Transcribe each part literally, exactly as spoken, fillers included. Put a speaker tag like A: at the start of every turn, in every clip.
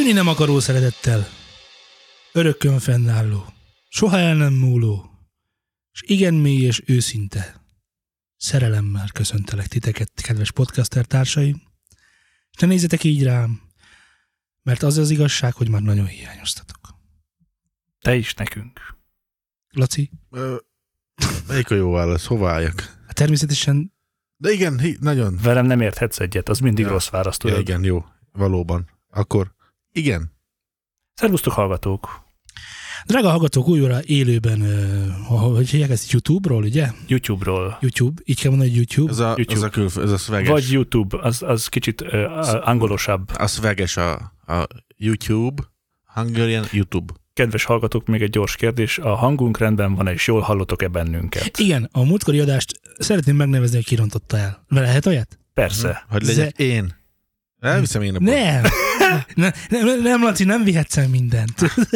A: Annyi nem akaró szeretettel, örökkön fennálló, soha el nem múló, és igen mély és őszinte szerelemmel köszöntelek titeket, kedves podcaster társaim, és ne nézzetek így rám, mert az az igazság, hogy már nagyon hiányoztatok.
B: Te is nekünk.
A: Laci?
C: Ö, melyik a jó válasz? Hova álljak?
A: Hát természetesen...
C: De igen, hi, nagyon.
B: Velem nem érthetsz egyet, az mindig
C: Ja.
B: rossz válasz,
C: Ja,
B: tudod.
C: igen, jó. Valóban. Akkor igen.
B: Szervusztok, hallgatók!
A: Drága hallgatók, újra élőben, uh, hogy hívják ezt, YouTube-ról, ugye?
B: YouTube-ról.
A: YouTube, így kell mondani, hogy YouTube.
C: Ez a,
B: YouTube.
C: ez a, külf, ez a szveges.
B: Vagy YouTube, az, az kicsit uh, angolosabb.
C: A szveges a, a YouTube, Hungarian YouTube.
B: Kedves hallgatók, még egy gyors kérdés. A hangunk rendben van, és jól hallottok-e bennünket?
A: Igen, a múltkori adást szeretném megnevezni, hogy kirontotta el. Lehet olyat?
B: Persze.
C: Hogy legyek
A: Ze-
C: én. Elviszem én a bort.
A: Nem. nem, nem, nem, Laci, nem vihetsz el mindent.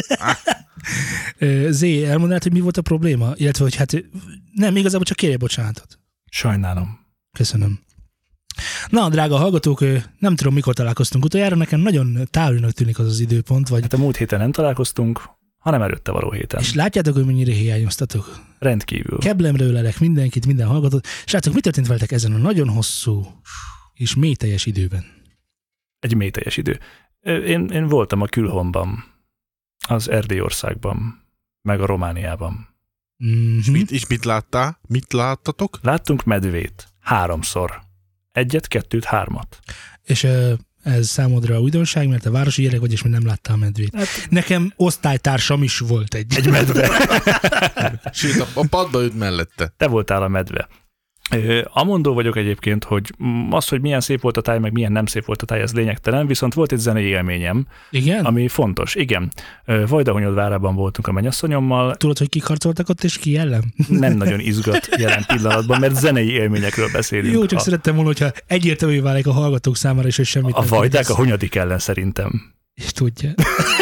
A: Ö, Zé, elmondanád, hogy mi volt a probléma? Illetve, hogy hát nem, igazából csak kérje bocsánatot.
B: Sajnálom.
A: Köszönöm. Na, drága hallgatók, ö, nem tudom, mikor találkoztunk utoljára, nekem nagyon távolinak tűnik az az időpont, vagy...
B: Hát a múlt héten nem találkoztunk, hanem előtte való héten.
A: És látjátok, hogy mennyire hiányoztatok?
B: Rendkívül.
A: Keblemre ölelek mindenkit, minden hallgatót. Srácok, mi történt veletek ezen a nagyon hosszú és mélyteljes időben?
B: Egy mélyteljes idő. Én, én voltam a külhomban, az Erdélyországban, meg a Romániában.
A: Mm-hmm.
C: És mit, és mit láttál? Mit láttatok?
B: Láttunk medvét. Háromszor. Egyet, kettőt, hármat.
A: És ö, ez számodra újdonság, mert a városi gyerek vagy, és még nem láttál a medvét.
B: Hát,
A: Nekem osztálytársam is volt egy.
B: egy medve.
C: Sőt, a, a padba ült mellette.
B: Te voltál a medve. Ö, Amondó vagyok egyébként, hogy az, hogy milyen szép volt a táj, meg milyen nem szép volt a táj, ez lényegtelen, viszont volt egy zenei élményem,
A: Igen?
B: ami fontos. Igen. Ö, Vajdahunyadvárában voltunk a mennyasszonyommal,
A: Tudod, hogy kik harcoltak ott, és ki ellen?
B: nem nagyon izgat jelen pillanatban, mert zenei élményekről beszélünk.
A: Jó, csak
B: a,
A: szerettem volna, hogyha egyértelmű válik a hallgatók számára is, hogy semmit
B: a
A: nem
B: vajdák
A: tudsz.
B: a hunyadik ellen szerintem.
A: És tudja.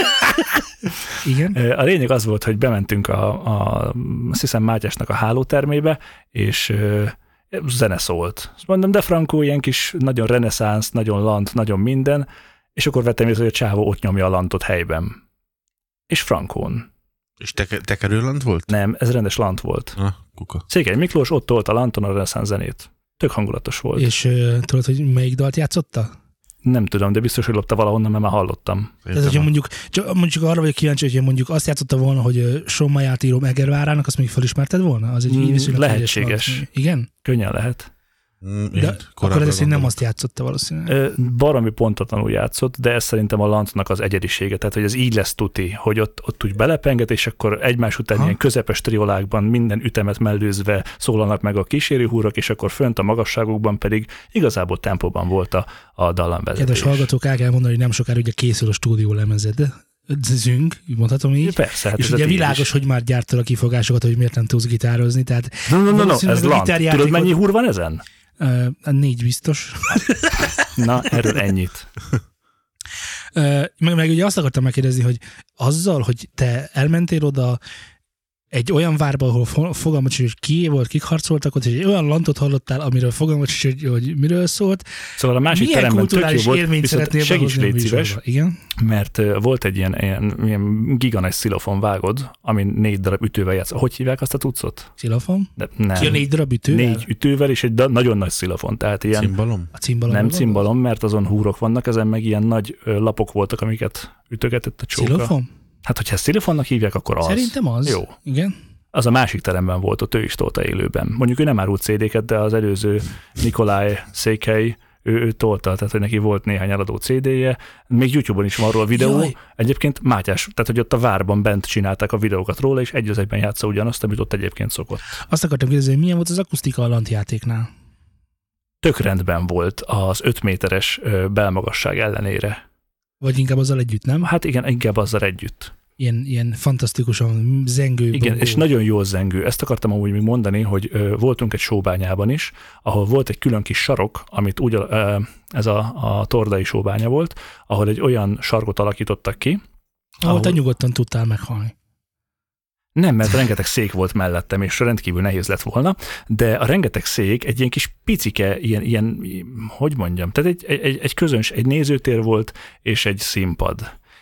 A: Igen?
B: Ö, A lényeg az volt, hogy bementünk a, a azt hiszem Mátyásnak a hálótermébe, és ö, zene szólt. Azt mondom, de Frankó ilyen kis nagyon reneszánsz, nagyon lant, nagyon minden, és akkor vettem észre, hogy a csávó ott nyomja a lantot helyben. És Frankón.
C: És te, tekerőlant volt?
B: Nem, ez rendes lant volt.
C: Na, kuka.
B: Székely Miklós ott tolt a lanton a reneszánsz zenét. Tök hangulatos volt.
A: És uh, tudod, hogy melyik dalt játszotta?
B: Nem tudom, de biztos, hogy lopta valahonnan, mert már hallottam.
A: Tehát, hogyha mondjuk, csak, mondjuk arra vagyok kíváncsi, hogyha mondjuk azt játszotta volna, hogy Sommaját írom Egervárának, azt még felismerted volna? Az egy
B: Mm,
A: viszonylag
B: lehetséges.
A: híres dal. Igen?
B: Könnyen lehet.
C: Mm,
A: De akkor ezt nem azt játszotta valószínűleg.
B: Ö, Baromi pontatlanul játszott, de ez szerintem a lantnak az egyedisége, tehát hogy ez így lesz tuti, hogy ott, ott úgy belepenget, és akkor egymás után
A: Ha.
B: ilyen közepes triolákban minden ütemet mellőzve szólalnak meg a kísérőhúrok, és akkor fönt a magasságokban pedig igazából tempóban volt a, a dallamvezetés.
A: Kedves hallgatók, el kell mondani, hogy nem sokára ugye készül a stúdió lemezed. Zünk, mondhatom így.
B: Persze, hát
A: És
B: ez a
A: ugye
B: tiéd
A: világos,
B: is.
A: hogy már gyártad a kifogásokat, hogy miért nem tudsz gitározni. Tehát
B: No, no, no, no,
A: valószínűleg
B: ez
A: a
B: lant.
A: gitárjátékot-
B: Tudod, mennyi húr van ezen?
A: uh, négy biztos.
B: Na, erről ennyit.
A: Uh, meg, meg ugye azt akartam megkérdezni, hogy azzal, hogy te elmentél oda egy olyan várba, ahol fo- fogalmat sincs, hogy ki volt, kik harcoltak ott, és egy olyan lantot hallottál, amiről fogalmat sincs, hogy, hogy miről szólt.
B: Szóval a másik
A: Milyen
B: teremben tök jó
A: kulturális
B: volt,
A: élményt
B: viszont
A: szeretnél
B: segíts,
A: behozni a
B: légy szíves,
A: műsorba? Igen?
B: mert ö, volt egy ilyen, ilyen, ilyen giganás szilofon vágod, amin négy darab ütővel játsz. Hogy hívják azt a tucot?
A: Szilafon?
B: De nem.
A: Ki a négy darab ütővel?
B: Négy ütővel és egy da- nagyon nagy szilofon, tehát ilyen
C: Cimbalom?
A: A cimbalom.
B: nem cimbalom, mert azon húrok vannak, ezen meg ilyen nagy ö, lapok voltak, amiket ütögetett a csóka.
A: Szilafon?
B: Hát, hogyha szilofonnak hívják, akkor az.
A: Szerintem az.
B: Jó.
A: Igen.
B: Az a másik teremben volt, ott ő is tolta élőben. Mondjuk ő nem árult cé dé-ket, de az előző Nikolaj Székely, ő, ő tolta, tehát hogy neki volt néhány eladó cé dé-je. Még YouTube-on is van róla videó.
A: Jaj.
B: Egyébként Mátyás, tehát hogy ott a várban bent csinálták a videókat róla, és egy az egyben játsza ugyanazt, amit ott egyébként szokott.
A: Azt akartam kérdezni, hogy milyen volt az akusztika a lantjátéknál?
B: Tök rendben volt az öt méteres ö, belmagasság ellenére.
A: Vagy inkább azzal együtt, nem?
B: Hát igen, inkább azzal együtt.
A: Ilyen, ilyen fantasztikusan zengő.
B: Igen,
A: bongó.
B: és nagyon jó zengő. Ezt akartam amúgy még mondani, hogy ö, voltunk egy sóbányában is, ahol volt egy külön kis sarok, amit úgy, ö, ez a, a tordai sóbánya volt, ahol egy olyan sarkot alakítottak ki.
A: Ahol te nyugodtan tudtál meghalni.
B: Nem, mert rengeteg szék volt mellettem, és rendkívül nehéz lett volna, de a rengeteg szék egy ilyen kis picike, ilyen, ilyen hogy mondjam, tehát egy, egy, egy közöns, egy nézőtér volt, és egy színpad.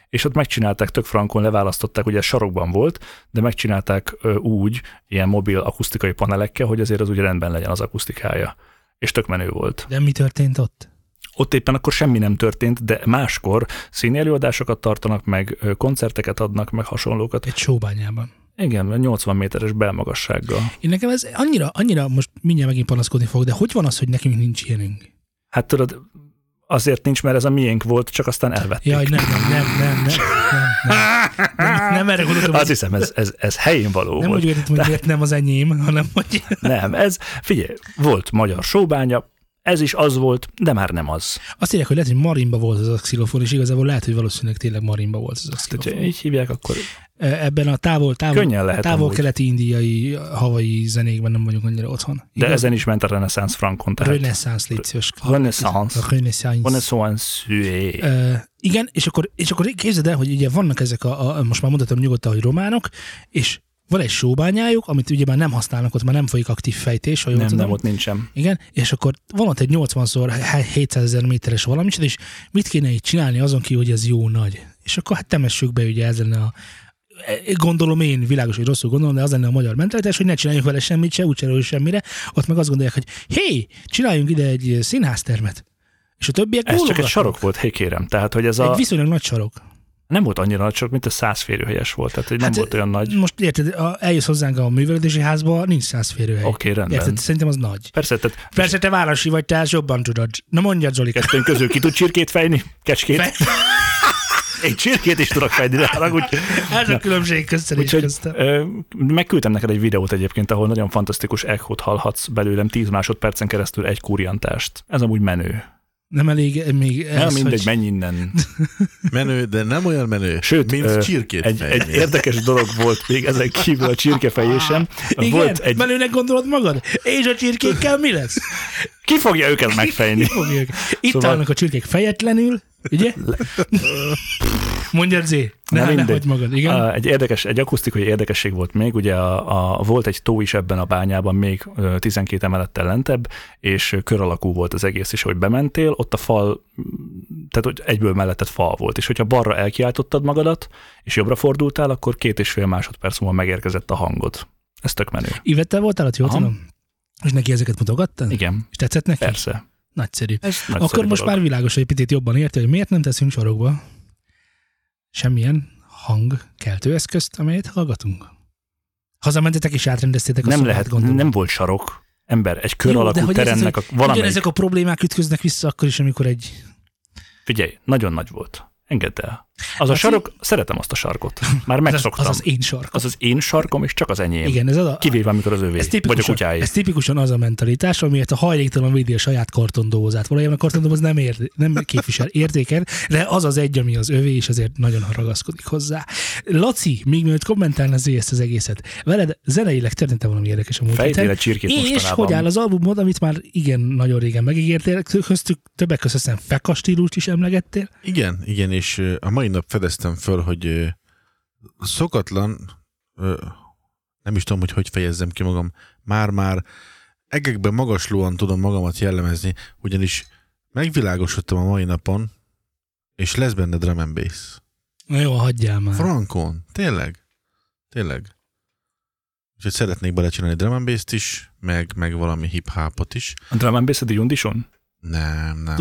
B: és ott megcsinálták, tök frankon leválasztották, ugye sarokban volt, de megcsinálták ö, úgy, ilyen mobil akusztikai panelekkel, hogy azért az úgy rendben legyen az akusztikája. És tök menő volt.
A: De mi történt ott?
B: Ott éppen akkor semmi nem történt, de máskor színi előadásokat tartanak, meg ö, koncerteket adnak, meg hasonlókat.
A: Egy sóbányában.
B: Igen, nyolcvan méteres belmagassággal.
A: Én nekem ez annyira, annyira most mindjárt megint panaszkodni fog, de hogy van az, hogy nekünk nincs ilyenünk?
B: Hát tudod, azért nincs, mert ez a miénk volt, csak aztán elvették.
A: Jaj, nem, nem, nem, nem, nem, nem, nem, nem erre gondoltam.
B: Azt hiszem, ez, ez, ez helyén való
A: nem
B: volt.
A: Nem úgy értem, hogy miért nem az enyém, hanem hogy...
B: Nem, ez, figyelj, volt magyar sóbánya, ez is az volt, de már nem az.
A: Azt írják, hogy lehet, hogy marimba volt az a xilofon, és igazából lehet, hogy valószínűleg tényleg marimba volt az a xilofon.
B: Tehát, így hívják, akkor...
A: Ebben a távol, távol, távol keleti indiai, havai zenékben nem vagyunk annyira otthon.
B: De
A: igaz?
B: Ezen is ment a reneszánsz frankon. Tehát...
A: Reneszánsz, légy szíves.
B: Reneszánsz.
A: Reneszánsz.
B: Reneszánsz.
A: Uh, igen, és akkor, és akkor képzeld el, hogy ugye vannak ezek a, a most már mondhatom nyugodtan, hogy románok, és van egy sóbányájuk, amit ugye már nem használnak, ott már nem folyik aktív fejtés. Ha
B: nem,
A: tudom.
B: nem, ott nincsen.
A: Igen, és akkor van ott egy nyolcvanszor hétszázezer méteres valamit, és mit kéne így csinálni azon ki, hogy ez jó nagy. És akkor hát temessük be, ugye ez lenne a gondolom én, világos, hogy rosszul gondolom, de az lenne a magyar mentalitás, hogy ne csináljunk vele semmit, se úgy cserélő semmire. Ott meg azt gondolják, hogy hé, csináljunk ide egy színháztermet. És a többiek
B: ez csak egy sarok volt, hé kérem. Tehát, hogy ez
A: egy
B: a...
A: viszonylag nagy sarok.
B: Nem volt annyira nagy sarok, mint a száz férőhelyes volt, tehát hogy nem
A: hát,
B: volt olyan nagy.
A: Most érted, eljössz hozzánk a művelődési házba, nincs száz férőhely.
B: Oké, okay, rendben.
A: Érted, szerintem az nagy.
B: Persze, tehát...
A: Persze te városi vagy, te ezt jobban tudod. Na mondjad, Zoli.
B: Kettőnk közül ki tud csirkét fejni? Kecskét? Fej... Én csirkét is tudok fejni, de haragudj.
A: Ez a különbség köztem és köztem.
B: Megküldtem neked egy videót egyébként, ahol nagyon fantasztikus echót hallhatsz belőlem tíz másodpercen keresztül egy kuriantást. Ez amúgy menő.
A: Nem elég még ez,
B: nem mindegy,
A: hogy...
B: menj innen.
C: Menő, de nem olyan menő,
B: sőt,
C: mint
B: ö,
C: csirkét
B: egy, egy érdekes dolog volt még ezen kívül a csirkefejésem.
A: Igen?
B: Volt egy...
A: Menőnek gondolod magad? És a csirkékkel mi lesz?
B: Ki fogja őket megfejni?
A: Ki fogja őket? Itt szóval... állnak a csirkék fejetlenül, ugye? Mondjad Zé, ne, ne, ne hagyd magad, igen?
B: Egy érdekes, egy akusztikai érdekesség volt még, ugye a, a, volt egy tó is ebben a bányában, még tizenkét emelettel lentebb, és kör alakú volt az egész, és hogy bementél, ott a fal, tehát hogy egyből melletted fal volt, és hogyha balra elkiáltottad magadat, és jobbra fordultál, akkor két és fél másodperc múlva megérkezett a hangod. Ez tök menő.
A: Ivettel voltál ott, jól tudom? És neki ezeket mutogattad?
B: Igen.
A: És tetszett neki?
B: Persze.
A: Nagyszerű.
B: Ez nagyszerű
A: akkor most
B: dolog.
A: már világos, hogy picit jobban érti, hogy miért nem teszünk sarokba semmilyen hangkeltőeszközt, amelyet hallgatunk. Hazamentetek és átrendeztétek a
B: nem
A: szobát,
B: lehet,
A: gondolom.
B: Nem volt sarok. Ember, egy kör
A: Jó,
B: alakú teremnek a valamelyik...
A: Ugyanezek a problémák ütköznek vissza akkor is, amikor egy...
B: Figyelj, nagyon nagy volt. Engedd el. Az a sarok, szeretem azt a sarkot. Már megszoktam.
A: Az az én sarkom.
B: Az az én sarkom, és csak az enyém.
A: Igen, ez az a...
B: Kivéve, amikor az övé, vagy a kutyáé.
A: Ez tipikusan az a mentalitás, amiért a hajléktalan védi a saját kartondózát. Valójában a kartondóz nem, ér, nem képvisel értéket, de az az egy, ami az övé, és azért nagyon ragaszkodik hozzá. Laci, még mielőtt kommentálna Zé ezt az egészet, veled zeneileg történt valami érdekes a múlt héten.
B: Fejtél egy csirkét
A: És
B: mostanában.
A: hogy áll az albumod, amit már igen nagyon régen megígértél, köztük többek között aztán Feka stílust is emlegettél.
C: Igen, igen, és a mai nap fedeztem föl, hogy szokatlan, nem is tudom, hogy hogy fejezzem ki magam, már-már egekben magaslóan tudom magamat jellemezni, ugyanis megvilágosodtam a mai napon, és lesz benne drum and bass.
A: Na jó, hagyjál már.
C: Frankon, tényleg, tényleg. Úgyhogy szeretnék belecsinálni drum and bass-t is, meg, meg valami hip-hopot is.
B: A drum and bass-ed Jundison?
C: Nem, nem.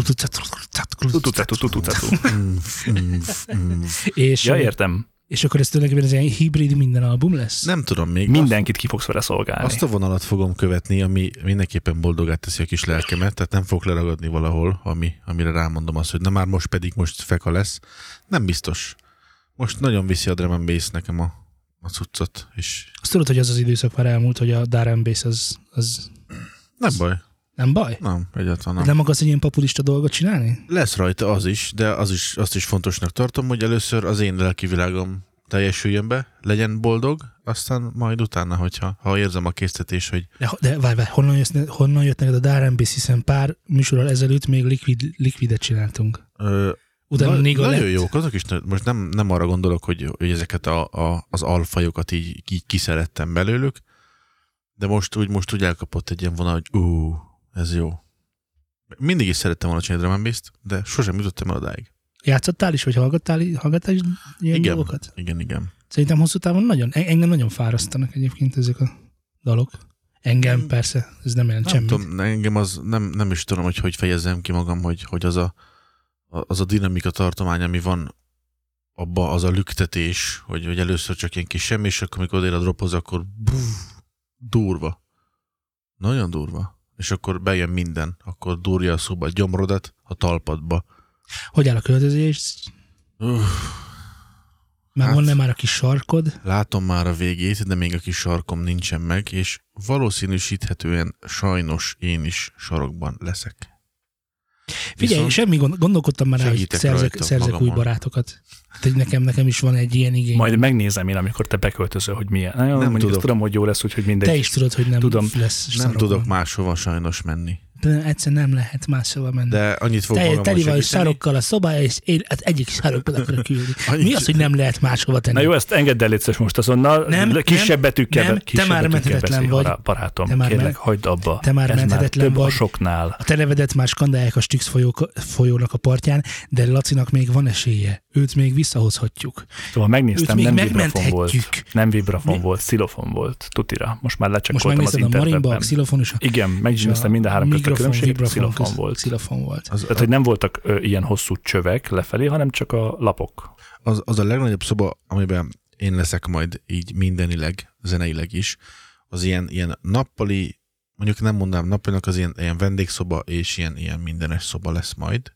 A: És,
B: ja, értem.
A: És akkor ez tulajdonképpen ez ilyen hibrid minden album lesz?
C: Nem tudom még.
B: Mindenkit ki fogsz vele szolgálni.
C: Azt a vonalat fogom követni, ami mindenképpen boldogát teszi a kis lelkemet, tehát nem fogok leragadni valahol, ami, amire rámondom azt, hogy na már most pedig most Feka lesz. Nem biztos. Most nagyon viszi a drum and bass nekem a, a cuccot. És...
A: Azt tudod, hogy az az időszak már elmúlt, hogy a drum and bass az, az...
C: Nem baj.
A: Nem baj?
C: Nem, egyáltalán nem.
A: Nem akarsz egy ilyen populista dolgot csinálni?
C: Lesz rajta az is, de az is, azt is fontosnak tartom, hogy először az én lelkivilágom teljesüljön be, legyen boldog, aztán majd utána, hogyha ha érzem a késztetés, hogy...
A: De, de várj, várj, honnan, jössz, honnan jött neked a drum and bass, hiszen pár műsorral ezelőtt még liquid, liquidet csináltunk.
C: Ö,
A: Utána
C: na,
A: Niga
C: nagyon
A: lett.
C: jók, azok is, most nem, nem arra gondolok, hogy, hogy ezeket a, a, az alfajokat így, így kiszerettem belőlük, de most úgy, most úgy elkapott egy ilyen vonal, hogy ú, ez jó. Mindig is szerettem volna csinálni drum and bass-t, de sosem jutottam el odáig.
A: Játszottál is, vagy hallgattál, hallgattál is ilyen
C: igen,
A: dolgokat?
C: Igen, igen.
A: Szerintem hosszú távon nagyon, engem nagyon fárasztanak egyébként ezek a dalok. Engem persze, ez nem jelent
C: nem
A: semmit.
C: Tudom, engem az nem, nem is tudom, hogy hogy fejezzem ki magam, hogy, hogy az, a, az a dinamika tartomány, ami van abba, az a lüktetés, hogy, hogy először csak ilyen kis semmi, és akkor amikor odér a drophoz, akkor buf, durva. Nagyon durva. És akkor bejön minden. Akkor durja a szóba a gyomrodat a talpadba.
A: Hogy áll a költözés?
C: Uff.
A: Már
C: Hát,
A: van-e már a kis sarkod?
C: Látom már a végét, de még a kis sarkom nincsen meg, és valószínűsíthetően sajnos én is sarokban leszek.
A: Figyelj,
C: Viszont
A: semmi gond, gondolkodtam már rá, hogy szerzek,
C: rajta
A: szerzek új
C: magamon.
A: barátokat. Tehát nekem, nekem is van egy ilyen igény.
B: Majd megnézem én, amikor te beköltözöl, hogy milyen. Nem,
C: Nem
B: mondjuk
C: tudok.
B: tudom, hogy jó lesz, úgyhogy mindegy.
A: Te is tudod, hogy nem
B: Tudom.
A: lesz
C: Nem
A: sarokban.
C: tudok máshova sajnos menni.
A: De egyszer nem lehet máshova menni.
C: De annyit fog
A: Te,
C: magamon
A: teli vagy
C: segíteni.
A: sarokkal a szobája, és én hát egyik sarokban akarok ülni.
C: Annyit-
A: Mi az, hogy nem lehet máshova tenni?
B: Na jó, ezt engedd el létszes most azonnal.
A: Nem,
B: kisebb
A: nem,
B: betűkkel,
A: nem, te
B: kisebb
A: már
B: betűkkel
A: menthetetlen
B: beszélj,
A: vagy.
B: barátom.
A: Te már
B: Kérlek,
A: men-
B: hagyd abba.
A: te már
B: Ez
A: menthetetlen
B: több a
A: vagy.
B: soknál.
A: A te nevedet már skandálják a Styx folyók, folyónak a partján, de Lacinak még van esélye. Őt még visszahozhatjuk.
B: Szóval megnéztem,
A: Őt még
B: nem vibrafon volt.
A: megmenthetjük.
B: Nem vibrafon
A: Mi?
B: volt, xilofon volt. Tutira. Most már
A: Most
B: lecsekkoltam az
A: megnézted a marimba, a
B: interneten.
A: xilofon is.
B: Igen, megnéztem mind a három között a különbséget, xilofon volt.
A: Xilofon volt.
C: Az,
B: Tehát, hogy nem voltak ö, ilyen hosszú csövek lefelé, hanem csak a lapok.
C: az, az a legnagyobb szoba, amiben én leszek majd így mindenileg, zeneileg is, az ilyen, ilyen nappali, mondjuk nem mondanám nappalinak, az ilyen, ilyen vendégszoba és ilyen, ilyen mindenes szoba lesz majd.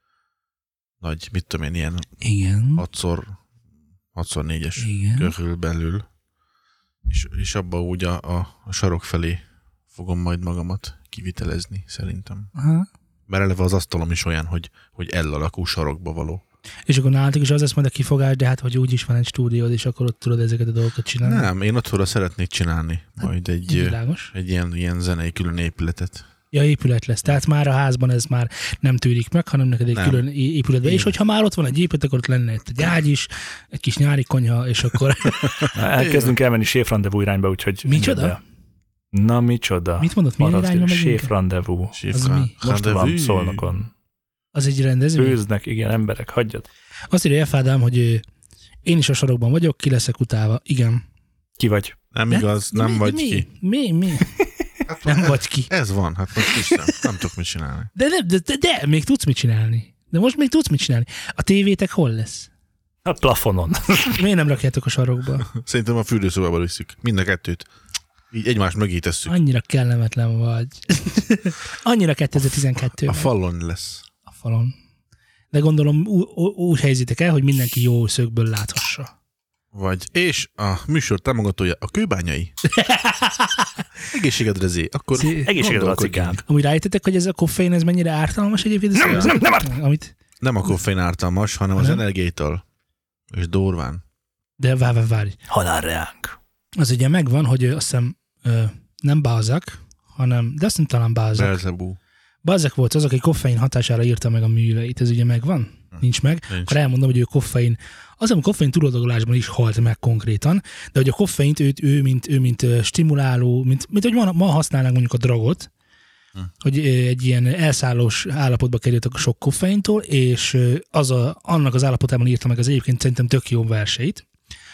C: Nagy, mit tudom én, ilyen
A: Igen.
C: hatszor, hatszor négyes
A: Igen.
C: körülbelül. És, és abba úgy a, a, a sarok felé fogom majd magamat kivitelezni, szerintem.
A: Aha.
C: Mert eleve az asztalom is olyan, hogy, hogy L-alakú sarokba való.
A: És akkor nálatok is az lesz majd a kifogás, de hát hogy úgyis van egy stúdiód, és akkor ott tudod ezeket a dolgokat csinálni.
C: Nem, én otthonra szeretnék csinálni majd egy,
A: Világos.
C: egy ilyen, ilyen zenei külön épületet.
A: Ja, épület lesz. Tehát már a házban ez már nem tűnik meg, hanem neked egy
C: Nem.
A: külön é- épületben.
C: Igen.
A: És hogyha már ott van egy épület, akkor ott lenne egy ágy is, egy kis nyári konyha, és akkor...
B: Elkezdünk elmenni séfrandevú irányba, úgyhogy...
A: Micsoda?
B: engedd el. Na, micsoda?
A: Mit mondott? Milyen
B: Paraszti-
A: irányba megyünk?
B: Séfrandevú.
A: Az mi?
B: Most van Szolnokon.
A: Az egy rendezvény?
B: Főznek, igen, emberek, hagyjad.
A: Azt írja F. Ádám, hogy ö, én is a sarokban vagyok, ki leszek utálva. Igen.
B: Ki vagy?
C: Nem
A: De-
C: igaz,
A: de
C: nem
A: mi,
C: vagy
A: mi,
C: ki.
A: Mi, mi? Nem vagy ki.
C: Ez van, hát most Isten, nem tudok mit csinálni.
A: De, de, de, de, de még tudsz mit csinálni. De most még tudsz mit csinálni. A tévétek hol lesz?
B: A plafonon.
A: Miért nem rakjátok a sarokba?
C: Szerintem a fürdőszobába visszük. Mind a kettőt. Így egymás mögé tesszük.
A: Annyira kellemetlen vagy. Annyira kétezer-tizenkettő.
C: A falon lesz.
A: A falon. De gondolom ú- ú- úgy helyzitek el, hogy mindenki jó szögből láthassa.
C: Vagy. És a műsor támogatója a kőbányai. Egészségedre zé. Akkor
A: Szé-
B: Egészségedre,
C: gondolkodjunk.
B: Lacikám.
A: Amúgy rájöttetek, hogy ez a koffein, ez mennyire ártalmas egyébként? Nem,
B: nem, nem árt-
A: Amit,
C: Nem a koffein ártalmas, hanem az
A: Nem?
C: energiaital. És durván.
A: de várj, várj, várj.
B: Halálreánk.
A: Az ugye megvan, hogy ö, azt hiszem ö, nem Balzac, hanem, de azt hiszem talán Balzac.
C: Belzebú.
A: Balzac volt az, aki koffein hatására írta meg a műveit. Ez ugye megvan? Nincs meg.
C: Nincs.
A: Akkor elmondom, hogy ő koffein, az, a koffein túladagolásban is halt meg konkrétan, de hogy a koffeint őt, ő, mint, ő, mint ö, stimuláló, mint, mint hogy ma, ma használnánk mondjuk a dragot,
C: Hm.
A: hogy ö, egy ilyen elszállós állapotba kerültek a sok koffeintól, és ö, az a, annak az állapotában írta meg az egyébként szerintem tök jó verseit,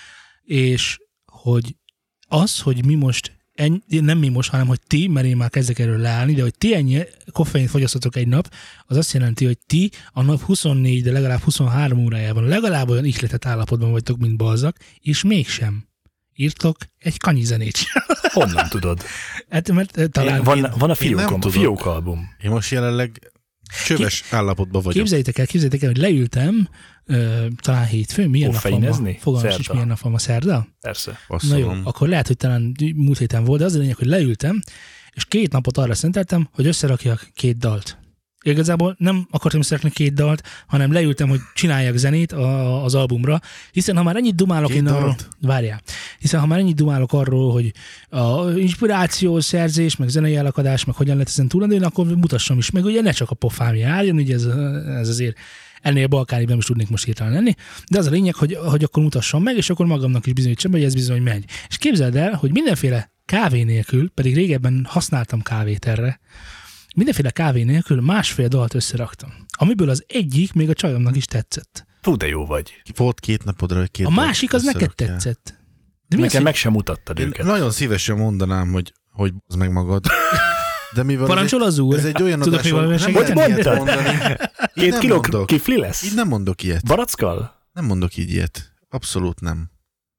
A: és hogy az, hogy mi most, ennyi, nem mi most, hanem hogy ti, mert én már kezdek erről leállni, de hogy ti ennyi koffeint fogyasztotok egy nap, az azt jelenti, hogy ti a nap huszonnégy, de legalább huszonhárom órájában legalább olyan ihletett állapotban vagytok, mint Balzac, és mégsem írtok egy kanyizenét sem.
B: Honnan tudod?
A: Hát, mert eh, talán...
B: Én, van,
A: én-
B: van a
C: én nem
B: fiókom, a
C: tudok.
B: fiókalbum.
C: Én most jelenleg csöves állapotban vagyok.
A: Képzeljétek el, képzeljétek el, hogy leültem, ö, talán hétfőn, milyen nap van ma?
B: Koffeinezni?
A: Fogalmas is,
B: Szerda.
A: milyen nap van ma, szerda?
B: Persze.
A: Na jó,
C: Passzolom.
A: akkor lehet, hogy talán múlt héten volt, de az a lényeg, hogy leültem, és két napot arra szenteltem, hogy összerakjak két dalt. Igazából nem akartam összerakni két dalt, hanem leültem, hogy csináljak zenét a, az albumra, hiszen ha már ennyit dumálok
C: Két
A: én arról,
C: dalt?
A: várjál, hiszen ha már ennyit dumálok arról, hogy a inspiráció, szerzés, meg zenei elakadás, meg hogyan lehet ezen túlendőni, akkor mutassam is meg, ugye ne csak a pofám járjon, ugye ez, ez azért ennél balkánibb nem is tudnék most hirtelen lenni, de az a lényeg, hogy, hogy akkor mutassam meg, és akkor magamnak is bizonyítsam, hogy ez bizony megy. És képzeld el, hogy mindenféle kávé nélkül, pedig régebben használtam kávét erre, mindenféle kávé nélkül másfél dalt összeraktam. Amiből az egyik még a csajomnak is tetszett.
B: Fú, de jó vagy.
C: Volt két napodra, hogy két
A: A másik az neked tetszett. De mi
B: Nekem
A: az,
B: meg sem mutattad
C: Én
B: őket.
C: nagyon szívesen mondanám, hogy hogy az meg magad. De mivel
A: parancsol az úr?
C: ez egy olyan
A: Tudok,
C: adás,
A: hogy valami
C: nem
A: segíteni?
C: lehet ilyet mondani. Így
B: Két
C: nem
B: kiló
C: mondok.
B: kifli lesz?
C: Így nem mondok ilyet.
B: Barackkal?
C: Nem mondok így ilyet. Abszolút nem.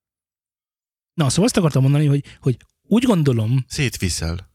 A: Na, szóval azt akartam mondani, hogy, hogy úgy gondolom...
C: Szétviszel.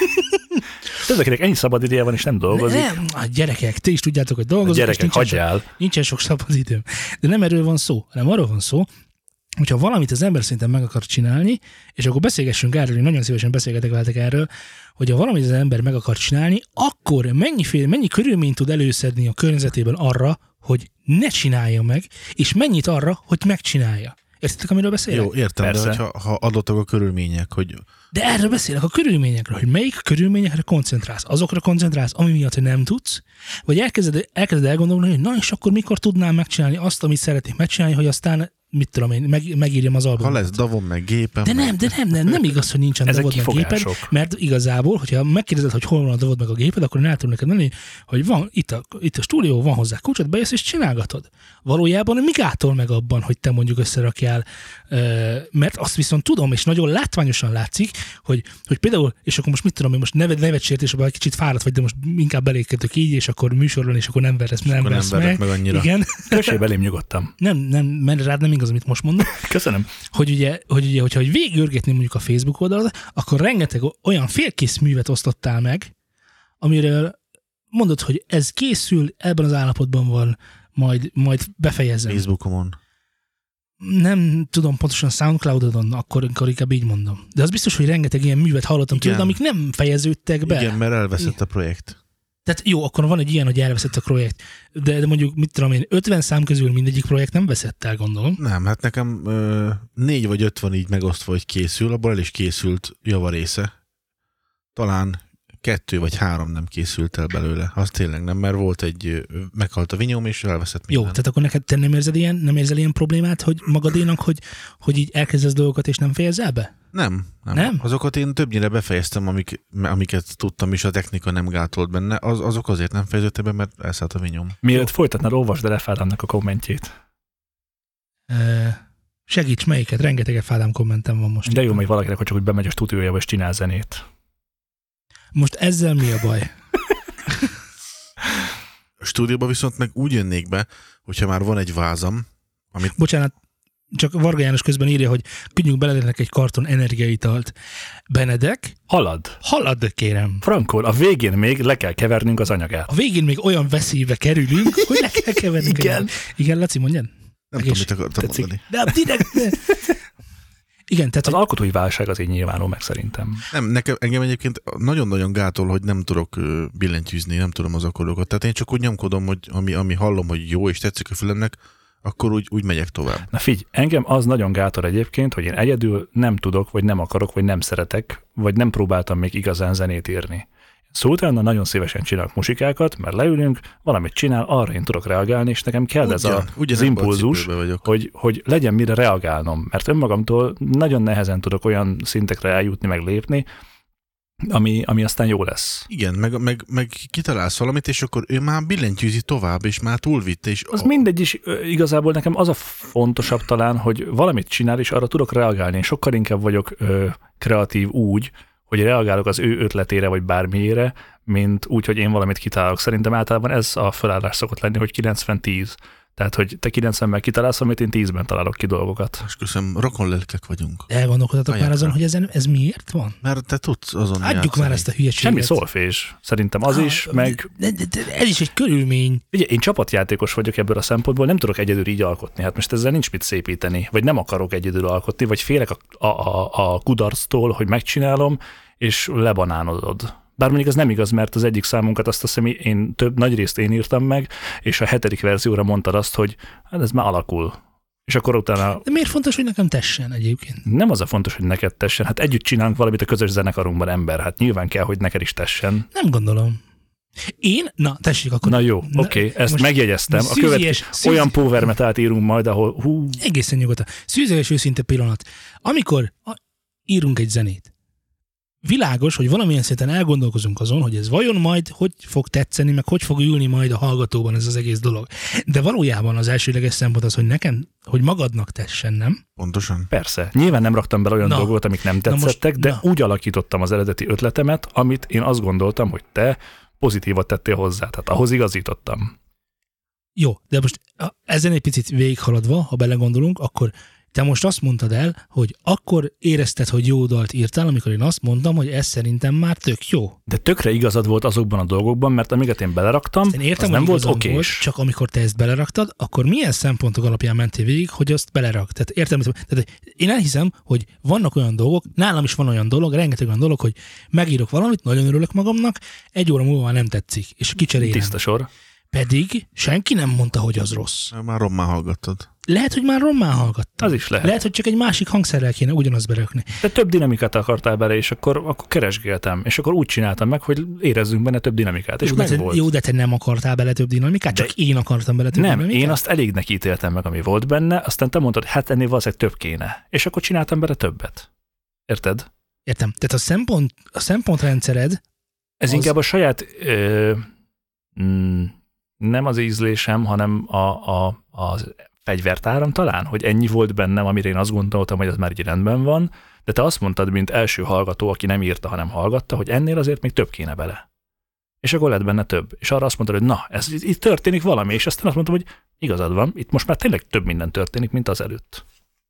B: Ezeknek ennyi szabad ideje van, és nem dolgozik.
A: Nem, a gyerekek, ti is tudjátok, hogy dolgozok,
B: A gyerekek,
A: és nincsen sok,
B: hagyjál.
A: nincsen sok szabad időm. De nem erről van szó, hanem arról van szó, hogyha valamit az ember szinten meg akar csinálni, és akkor beszélgessünk erről, én nagyon szívesen beszélgetek veletek erről, hogy ha valamit az ember meg akar csinálni, akkor mennyiféle, mennyi körülményt tud előszedni a környezetében arra, hogy ne csinálja meg, és mennyit arra, hogy megcsinálja. Értitek, amiről beszélek?
C: Jó, értem,
B: Persze.
C: de hogyha, ha adottak a körülmények, hogy
A: De erről beszélek, a körülményekről, hogy melyik körülményekre koncentrálsz. Azokra koncentrálsz, ami miatt hogy nem tudsz, vagy elkezded, elkezded elgondolni, hogy na és akkor mikor tudnám megcsinálni azt, amit szeretnék megcsinálni, hogy aztán, mit tudom én, meg, megírjam az albumot.
C: ha lesz davon meg gépen.
A: De
C: meg...
A: nem, de nem, nem, nem igaz, hogy nincsen
B: Ezek
A: davod meg géped,
B: kifogások.
A: mert igazából, hogyha megkérdezed, hogy hol van a davod meg a géped, akkor én el tudom neked mondani, hogy van itt a, itt a stúdió, van hozzá kulcsot, bejössz és csinálgatod. Valójában mi gátol meg abban, hogy te mondjuk összerakjál, mert azt viszont tudom, és nagyon látványosan látszik, hogy, hogy például, és akkor most mit tudom, hogy most neved, nevetsértésben egy kicsit fáradt vagy, de most inkább belékedök így, és akkor műsorban, és akkor nem veresz, nem
C: Akkor nem
A: veresz
C: verek
A: meg.
C: meg annyira.
A: Igen.
B: Kössél belém nyugodtan.
A: Nem, nem, mert rád nem igaz, amit most mondok.
B: Köszönöm.
A: Hogy ugye, hogy ugye hogyha hogy végigörgetni mondjuk a Facebook oldalad, akkor rengeteg olyan félkész művet osztottál meg, amiről mondod, hogy ez készül, ebben az állapotban van, majd, majd befejezem.
C: Facebookomon.
A: Nem tudom pontosan SoundCloudodon, akkor, akkor inkább így mondom. De az biztos, hogy rengeteg ilyen művet hallottam tőled, amik nem fejeződtek be.
C: Igen, mert elveszett a projekt.
A: Tehát jó, akkor van egy ilyen, hogy elveszett a projekt, de, de mondjuk, mit tudom én, ötven szám közül mindegyik projekt nem veszett el, gondolom.
C: Nem, hát nekem ö, négy vagy öt van így megosztva, hogy készül, abból el is készült javarésze. Talán kettő vagy három nem készült el belőle. Az tényleg nem, mert volt egy, ö, meghalt a vinyóm, és elveszett
A: Jó,
C: minden.
A: tehát akkor neked te nem érzed ilyen, nem érzel ilyen problémát, hogy magadénak, hogy, hogy így elkezdesz dolgokat, és nem fejezel be?
C: Nem, nem,
A: Nem?
C: Azokat én többnyire befejeztem, amik, amiket tudtam, és a technika nem gátolt benne. Az, azok azért nem fejeződtek be, mert elszállt a vinyóm.
B: Mielőtt folytatnál, olvasd el Efádámnak a kommentjét.
A: E, segíts, melyiket? Rengeteg Fádám kommentem van most.
B: De jó, még valakinek, hogy csak úgy bemegy a stúdiójába és csinál zenét.
A: Most ezzel mi a baj?
C: A stúdióba viszont meg úgy jönnék be, hogyha már van egy vázam, amit
A: Bocsánat, csak Varga János közben írja, hogy küldjünk bele egy karton energiaitalt. Benedek,
B: Halad.
A: halad, kérem.
B: Frankon, a végén még le kell kevernünk az anyagát.
A: A végén még olyan veszélybe kerülünk, hogy le kell kevernünk.
B: Igen.
A: egy- Igen, Laci, mondjad?
C: nem
A: Egész-
C: tudom, mit akartam
B: tetszik.
C: mondani.
A: De direkt... De... Igen, tehát
B: Az
A: hogy
B: alkotói válság az így nyilvánul meg szerintem.
C: Nem, nekem, engem egyébként nagyon-nagyon gátol, hogy nem tudok ö, billentyűzni, nem tudom az akkordokat. Tehát én csak úgy nyomkodom, hogy ami, ami hallom, hogy jó, és tetszik a fülemnek, akkor úgy, úgy megyek tovább.
B: Na figyelj, engem az nagyon gátol egyébként, hogy én egyedül nem tudok, vagy nem akarok, vagy nem szeretek, vagy nem próbáltam még igazán zenét írni. Szóval utána nagyon szívesen csinálok musikákat, mert leülünk, valamit csinál, arra én tudok reagálni, és nekem kell ez a, az impulzus,
C: vagyok.
B: hogy, hogy legyen mire reagálnom, mert önmagamtól nagyon nehezen tudok olyan szintekre eljutni, meg lépni, ami, ami aztán jó lesz.
C: Igen, meg, meg, meg kitalálsz valamit, és akkor ő már billentyűzi tovább, és már túlvitte, és
B: Az mindegy is, ö, igazából nekem az a fontosabb talán, hogy valamit csinál, és arra tudok reagálni. Én sokkal inkább vagyok ö, kreatív úgy, hogy reagálok az ő ötletére, vagy bármiére, mint úgy, hogy én valamit kitalálok. Szerintem általában ez a felállás szokott lenni, hogy kilencven tíz. Tehát, hogy te kilencvenben kitalálsz, amit én tízben találok ki dolgokat.
C: és köszönöm, rokonlelkek vagyunk.
A: elgondolkodhatok már
C: Ajákra.
A: azon, hogy ezen, ez miért van?
C: Mert te tudsz azon
A: Adjuk
C: játszani.
A: már ezt a hülyeséget.
B: Semmi szolfés. Szerintem az
A: Ah,
B: is, meg
A: De, de, de, ez is egy körülmény.
B: ugye én csapatjátékos vagyok ebből a szempontból, nem tudok egyedül így alkotni. Hát most ezzel nincs mit szépíteni, vagy nem akarok egyedül alkotni, vagy félek a, a, a, a kudarctól, hogy megcsinálom, és lebanánodod. Bár mondjuk ez nem igaz, mert az egyik számunkat azt hiszem, én több nagy részt én írtam meg, és a hetedik verzióra mondtad azt, hogy hát ez már alakul. És akkor utána
A: De miért fontos, hogy nekem tessen egyébként?
B: nem az a fontos, hogy neked tessen, hát együtt csinálunk valamit a közös zenekarunkban, ember, hát nyilván kell, hogy neked is tessen.
A: Nem gondolom. Én? Na, tessék, akkor...
B: Na jó,
A: Na,
B: oké, okay, ezt
A: most
B: megjegyeztem. A
A: szűzies-
B: következő
A: szűzi-
B: olyan power metalt írunk majd, ahol hú,
A: Egészen nyugodtan. Szűző és őszinte pillanat. Amikor a, írunk egy zenét, világos, hogy valamilyen szinten elgondolkozunk azon, hogy ez vajon majd hogy fog tetszeni, meg hogy fog ülni majd a hallgatóban ez az egész dolog. De valójában az elsődleges szempont az, hogy nekem, hogy magadnak tessen, nem?
C: Pontosan.
B: Persze. Nyilván nem raktam bele olyan
A: na,
B: dolgokat, amik nem tetszettek,
A: most,
B: de
A: na.
B: úgy alakítottam az eredeti ötletemet, amit én azt gondoltam, hogy te pozitívat tettél hozzá. Tehát ahhoz igazítottam.
A: Jó, de most ezen egy picit végighaladva, ha belegondolunk, akkor te most azt mondtad el, hogy akkor érezted, hogy jó dalt írtál, amikor én azt mondtam, hogy ez szerintem már tök jó.
B: De tökre igazad volt azokban a dolgokban, mert amiket én beleraktam,
A: én értem,
B: az nem volt
A: okés.
B: okés.
A: Volt, csak amikor te ezt beleraktad, akkor milyen szempontok alapján mentél végig, hogy azt belerak? Tehát értem, tehát én elhiszem, hogy vannak olyan dolgok, nálam is van olyan dolog, rengeteg olyan dolog, hogy megírok valamit, nagyon örülök magamnak, egy óra múlva már nem tetszik, és kicserélem.
B: Tiszta sor.
A: Pedig senki nem mondta, hogy az rossz.
C: Már rommá hallgattad.
A: Lehet, hogy már rommá hallgattam.
B: Az is lehet.
A: Lehet, hogy csak egy másik hangszerrel kéne ugyanazt berakni.
B: De több dinamikát akartál bele, és akkor, akkor keresgéltem, és akkor úgy csináltam meg, hogy érezzünk benne több dinamikát, és
A: Jó,
B: meg
A: de te,
B: volt.
A: jó, de te nem akartál bele több dinamikát,
B: De
A: csak én akartam bele több
B: nem,
A: dinamikát?
B: én azt elégnek ítéltem meg, ami volt benne, aztán te mondtad, hát ennél valószínűleg több kéne, és akkor csináltam bele többet. Érted?
A: Értem. Tehát a, szempont, a szempontrendszered
B: Ez
A: az...
B: inkább a saját, ö, mm, nem az ízlésem, hanem a, a, az fegyvertáram talán, hogy ennyi volt bennem, amire én azt gondoltam, hogy az már így rendben van, de te azt mondtad, mint első hallgató, aki nem írta, hanem hallgatta, hogy ennél azért még több kéne bele. És akkor lett benne több. És arra azt mondtad, hogy na, ez, itt történik valami, és aztán azt mondtam, hogy igazad van, itt most már tényleg több minden történik, mint az előtt.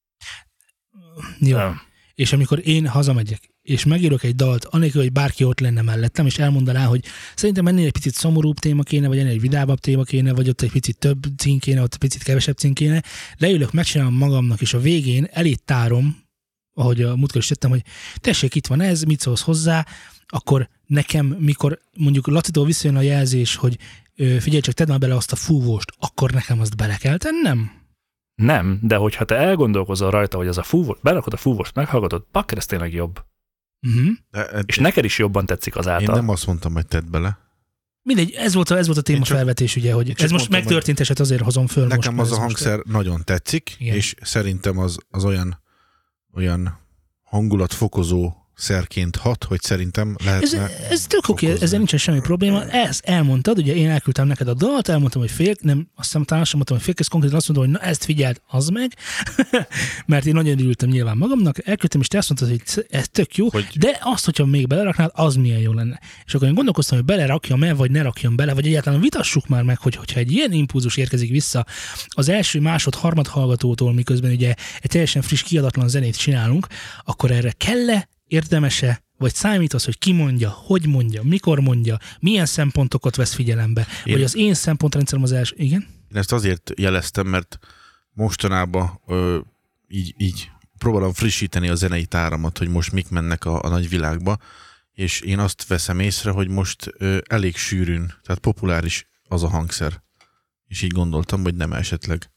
A: Jó.
B: Nem.
A: És amikor én hazamegyek, és megírok egy dalt, anélkül, hogy bárki ott lenne mellettem, és elmondaná, hogy szerintem ennél egy picit szomorúbb téma kéne, vagy ennél egy vidámabb téma kéne, vagy ott egy picit több cím kéne, ott egy picit kevesebb cím kéne, leülök, megcsinálom magamnak, és a végén elét tárom, ahogy a múltkor is tettem, hogy tessék, itt van ez, mit szólsz hozzá, akkor nekem, mikor mondjuk Lacitól visszajön a jelzés, hogy figyelj csak, tedd már bele azt a fúvóst, akkor nekem azt bele kell tennem?
B: Nem, de hogyha te elgondolkozol rajta, hogy az a fúvós, berakod a fúvóst, meghallgatod, pakker, ez tényleg jobb.
A: Uh-huh.
C: De,
B: És neked is jobban tetszik az
C: én
B: által.
C: nem azt mondtam, hogy tedd bele.
A: Mindegy, ez volt a, ez volt a témafelvetés, ugye, hogy ez most
C: mondtam,
A: megtörtént eset, azért hozom föl
C: Nekem
A: most.
C: az a
A: most
C: hangszer nagyon tetszik,
A: igen.
C: és szerintem az, az olyan, olyan hangulatfokozó szerként hat, hogy szerintem
A: Ez,
C: lehetne
A: ez tök oké,
C: fokozni.
A: ezzel nincsen semmi probléma. Ezt elmondtad, ugye én elküldtem neked a dalt, elmondtam, hogy fél, nem, azt hiszem talán sem mondtam, hogy félkész, konkrétan azt mondtam, hogy na ezt figyeld, az meg, mert én nagyon örültem nyilván magamnak, elküldtem, és te azt mondtad, hogy ez tök jó,
C: Hogy-
A: de azt, hogyha még beleraknád, az milyen jó lenne. És akkor én gondolkoztam, hogy belerakjam-e, vagy ne rakjam bele, vagy egyáltalán vitassuk már meg, hogy, hogyha egy ilyen impulzus érkezik vissza az első, másod, harmad hallgatótól, miközben ugye egy teljesen friss, kiadatlan zenét csinálunk, akkor erre kell-e, érdemese, vagy számít az, hogy ki mondja, hogy mondja, mikor mondja, milyen szempontokat vesz figyelembe,
C: Én-
A: vagy az én szempontrendszerem az első... Igen?
C: Én ezt azért jeleztem, mert mostanában ö, így, így próbálom frissíteni a zenei táramat, hogy most mik mennek a, a nagyvilágba, és én azt veszem észre, hogy most ö, elég sűrűn, tehát populáris az a hangszer. És így gondoltam, hogy nem esetleg.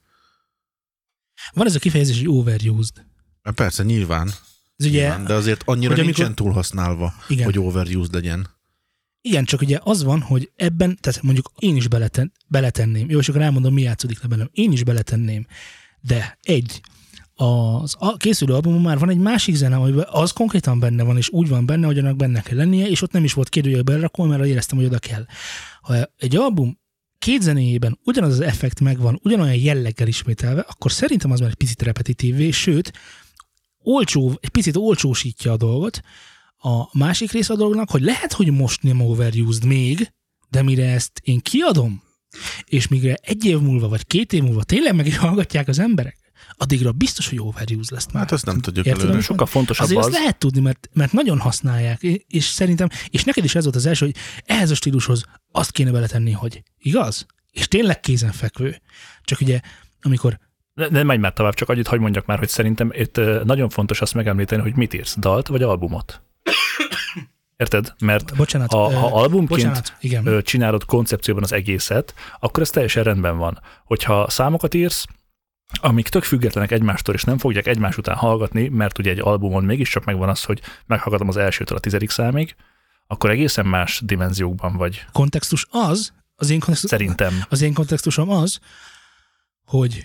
A: Van ez a kifejezés, hogy overused.
C: Mert persze, nyilván,
A: Ez ugye,
C: nyilván, de azért annyira
A: hogy
C: nincsen
A: amikor-
C: túlhasználva,
A: igen.
C: hogy overused legyen.
A: Igen, csak ugye az van, hogy ebben, tehát mondjuk én is beleten, beletenném, jó, és akkor elmondom, mi játszódik le bennem, én is beletenném, de egy, az a készülő albumon már van egy másik zene, amiben az konkrétan benne van, és úgy van benne, hogy annak benne kell lennie, és ott nem is volt kérdőjel belerakom, mert éreztem, hogy oda kell. Ha egy album két zenéjében ugyanaz az effekt megvan, ugyanolyan jelleggel ismételve, akkor szerintem az már egy picit repetitívvé, sőt, olcsó, egy picit olcsósítja a dolgot. A másik része a dolognak, hogy lehet, hogy most nem overused még, de mire ezt én kiadom, és mire egy év múlva, vagy két év múlva tényleg meg is hallgatják az emberek, addigra biztos, hogy overused lesz már.
C: Hát azt nem tudjuk
A: Érted,
C: előre.
A: amit
B: Sokkal fontosabb
A: Azért
B: az,
A: azt lehet tudni, mert, mert nagyon használják, és szerintem, és neked is ez volt az első, hogy ehhez a stílushoz azt kéne beletenni, hogy igaz? És tényleg kézenfekvő. Csak ugye, amikor
B: de, de menj már tovább, csak annyit hagy mondjak már, hogy szerintem itt ö, nagyon fontos azt megemlíteni, hogy mit írsz, dalt vagy albumot. Érted? Mert
A: bocsánat,
B: ha,
A: ö,
B: ha albumként
A: bocsánat, igen.
B: ö, csinálod koncepcióban az egészet, akkor ez teljesen rendben van. Hogyha számokat írsz, amik tök függetlenek egymástól, és nem fogják egymás után hallgatni, mert ugye egy albumon mégiscsak megvan az, hogy meghallgatom az elsőtől a tizedik számig, akkor egészen más dimenziókban vagy.
A: Kontextus az, az én, kontextus,
B: Szerintem.
A: az én kontextusom az, hogy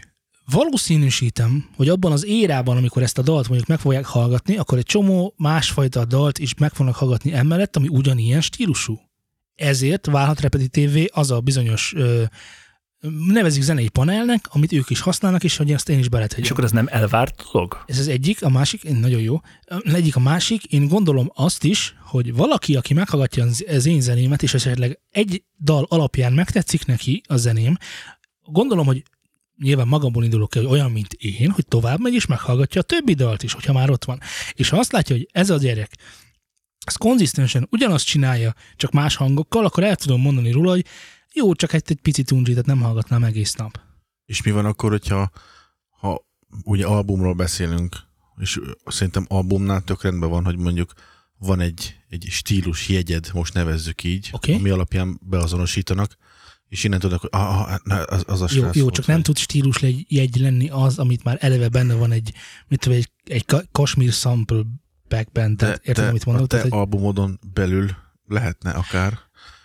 A: Valószínűsítem, hogy abban az érában, amikor ezt a dalt mondjuk meg fogják hallgatni, akkor egy csomó másfajta dalt is meg fognak hallgatni emellett, ami ugyanilyen stílusú. Ezért válhat repetitívé az a bizonyos, ö, nevezzük zenei panelnek, amit ők is használnak, és hogy ezt én is beletegyem.
B: És akkor ez nem elvárt dolog?
A: Ez az egyik, a másik, nagyon jó. Egyik a másik, én gondolom azt is, hogy valaki, aki meghallgatja az én zenémet, és esetleg egy dal alapján megtetszik neki a zeném, gondolom, hogy nyilván magamból indulok ki, hogy olyan, mint én, hogy tovább megy, és meghallgatja a többi dalt is, hogyha már ott van. És ha azt látja, hogy ez a gyerek, ez konzisztensen ugyanazt csinálja, csak más hangokkal, akkor el tudom mondani róla, hogy jó, csak egy, egy pici tunzsitet nem hallgatnám egész nap.
C: És mi van akkor, hogyha ha ugye albumról beszélünk, és szerintem albumnál tök rendben van, hogy mondjuk van egy, egy stílus jegyed, most nevezzük így,
A: okay.
C: ami alapján beazonosítanak, és innen tudnak, hogy ah, az, az a
A: Jó, jó csak nem tud stílus jegy lenni az, amit már eleve benne van egy, mit tudom, egy, egy Kashmir sample backben, tehát
C: te,
A: érted,
C: te,
A: amit mondod?
C: a te
A: tehát,
C: albumodon belül lehetne akár.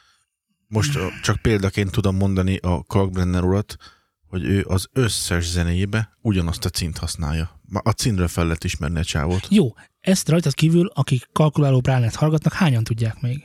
C: Most csak példaként tudom mondani a Kalkbrenner urat, hogy ő az összes zenéjébe ugyanazt a cínt használja. A cínről fel lehet ismerni a csávót.
A: Jó, ezt rajtad kívül, akik kalkuláló Bránert hallgatnak, hányan tudják még?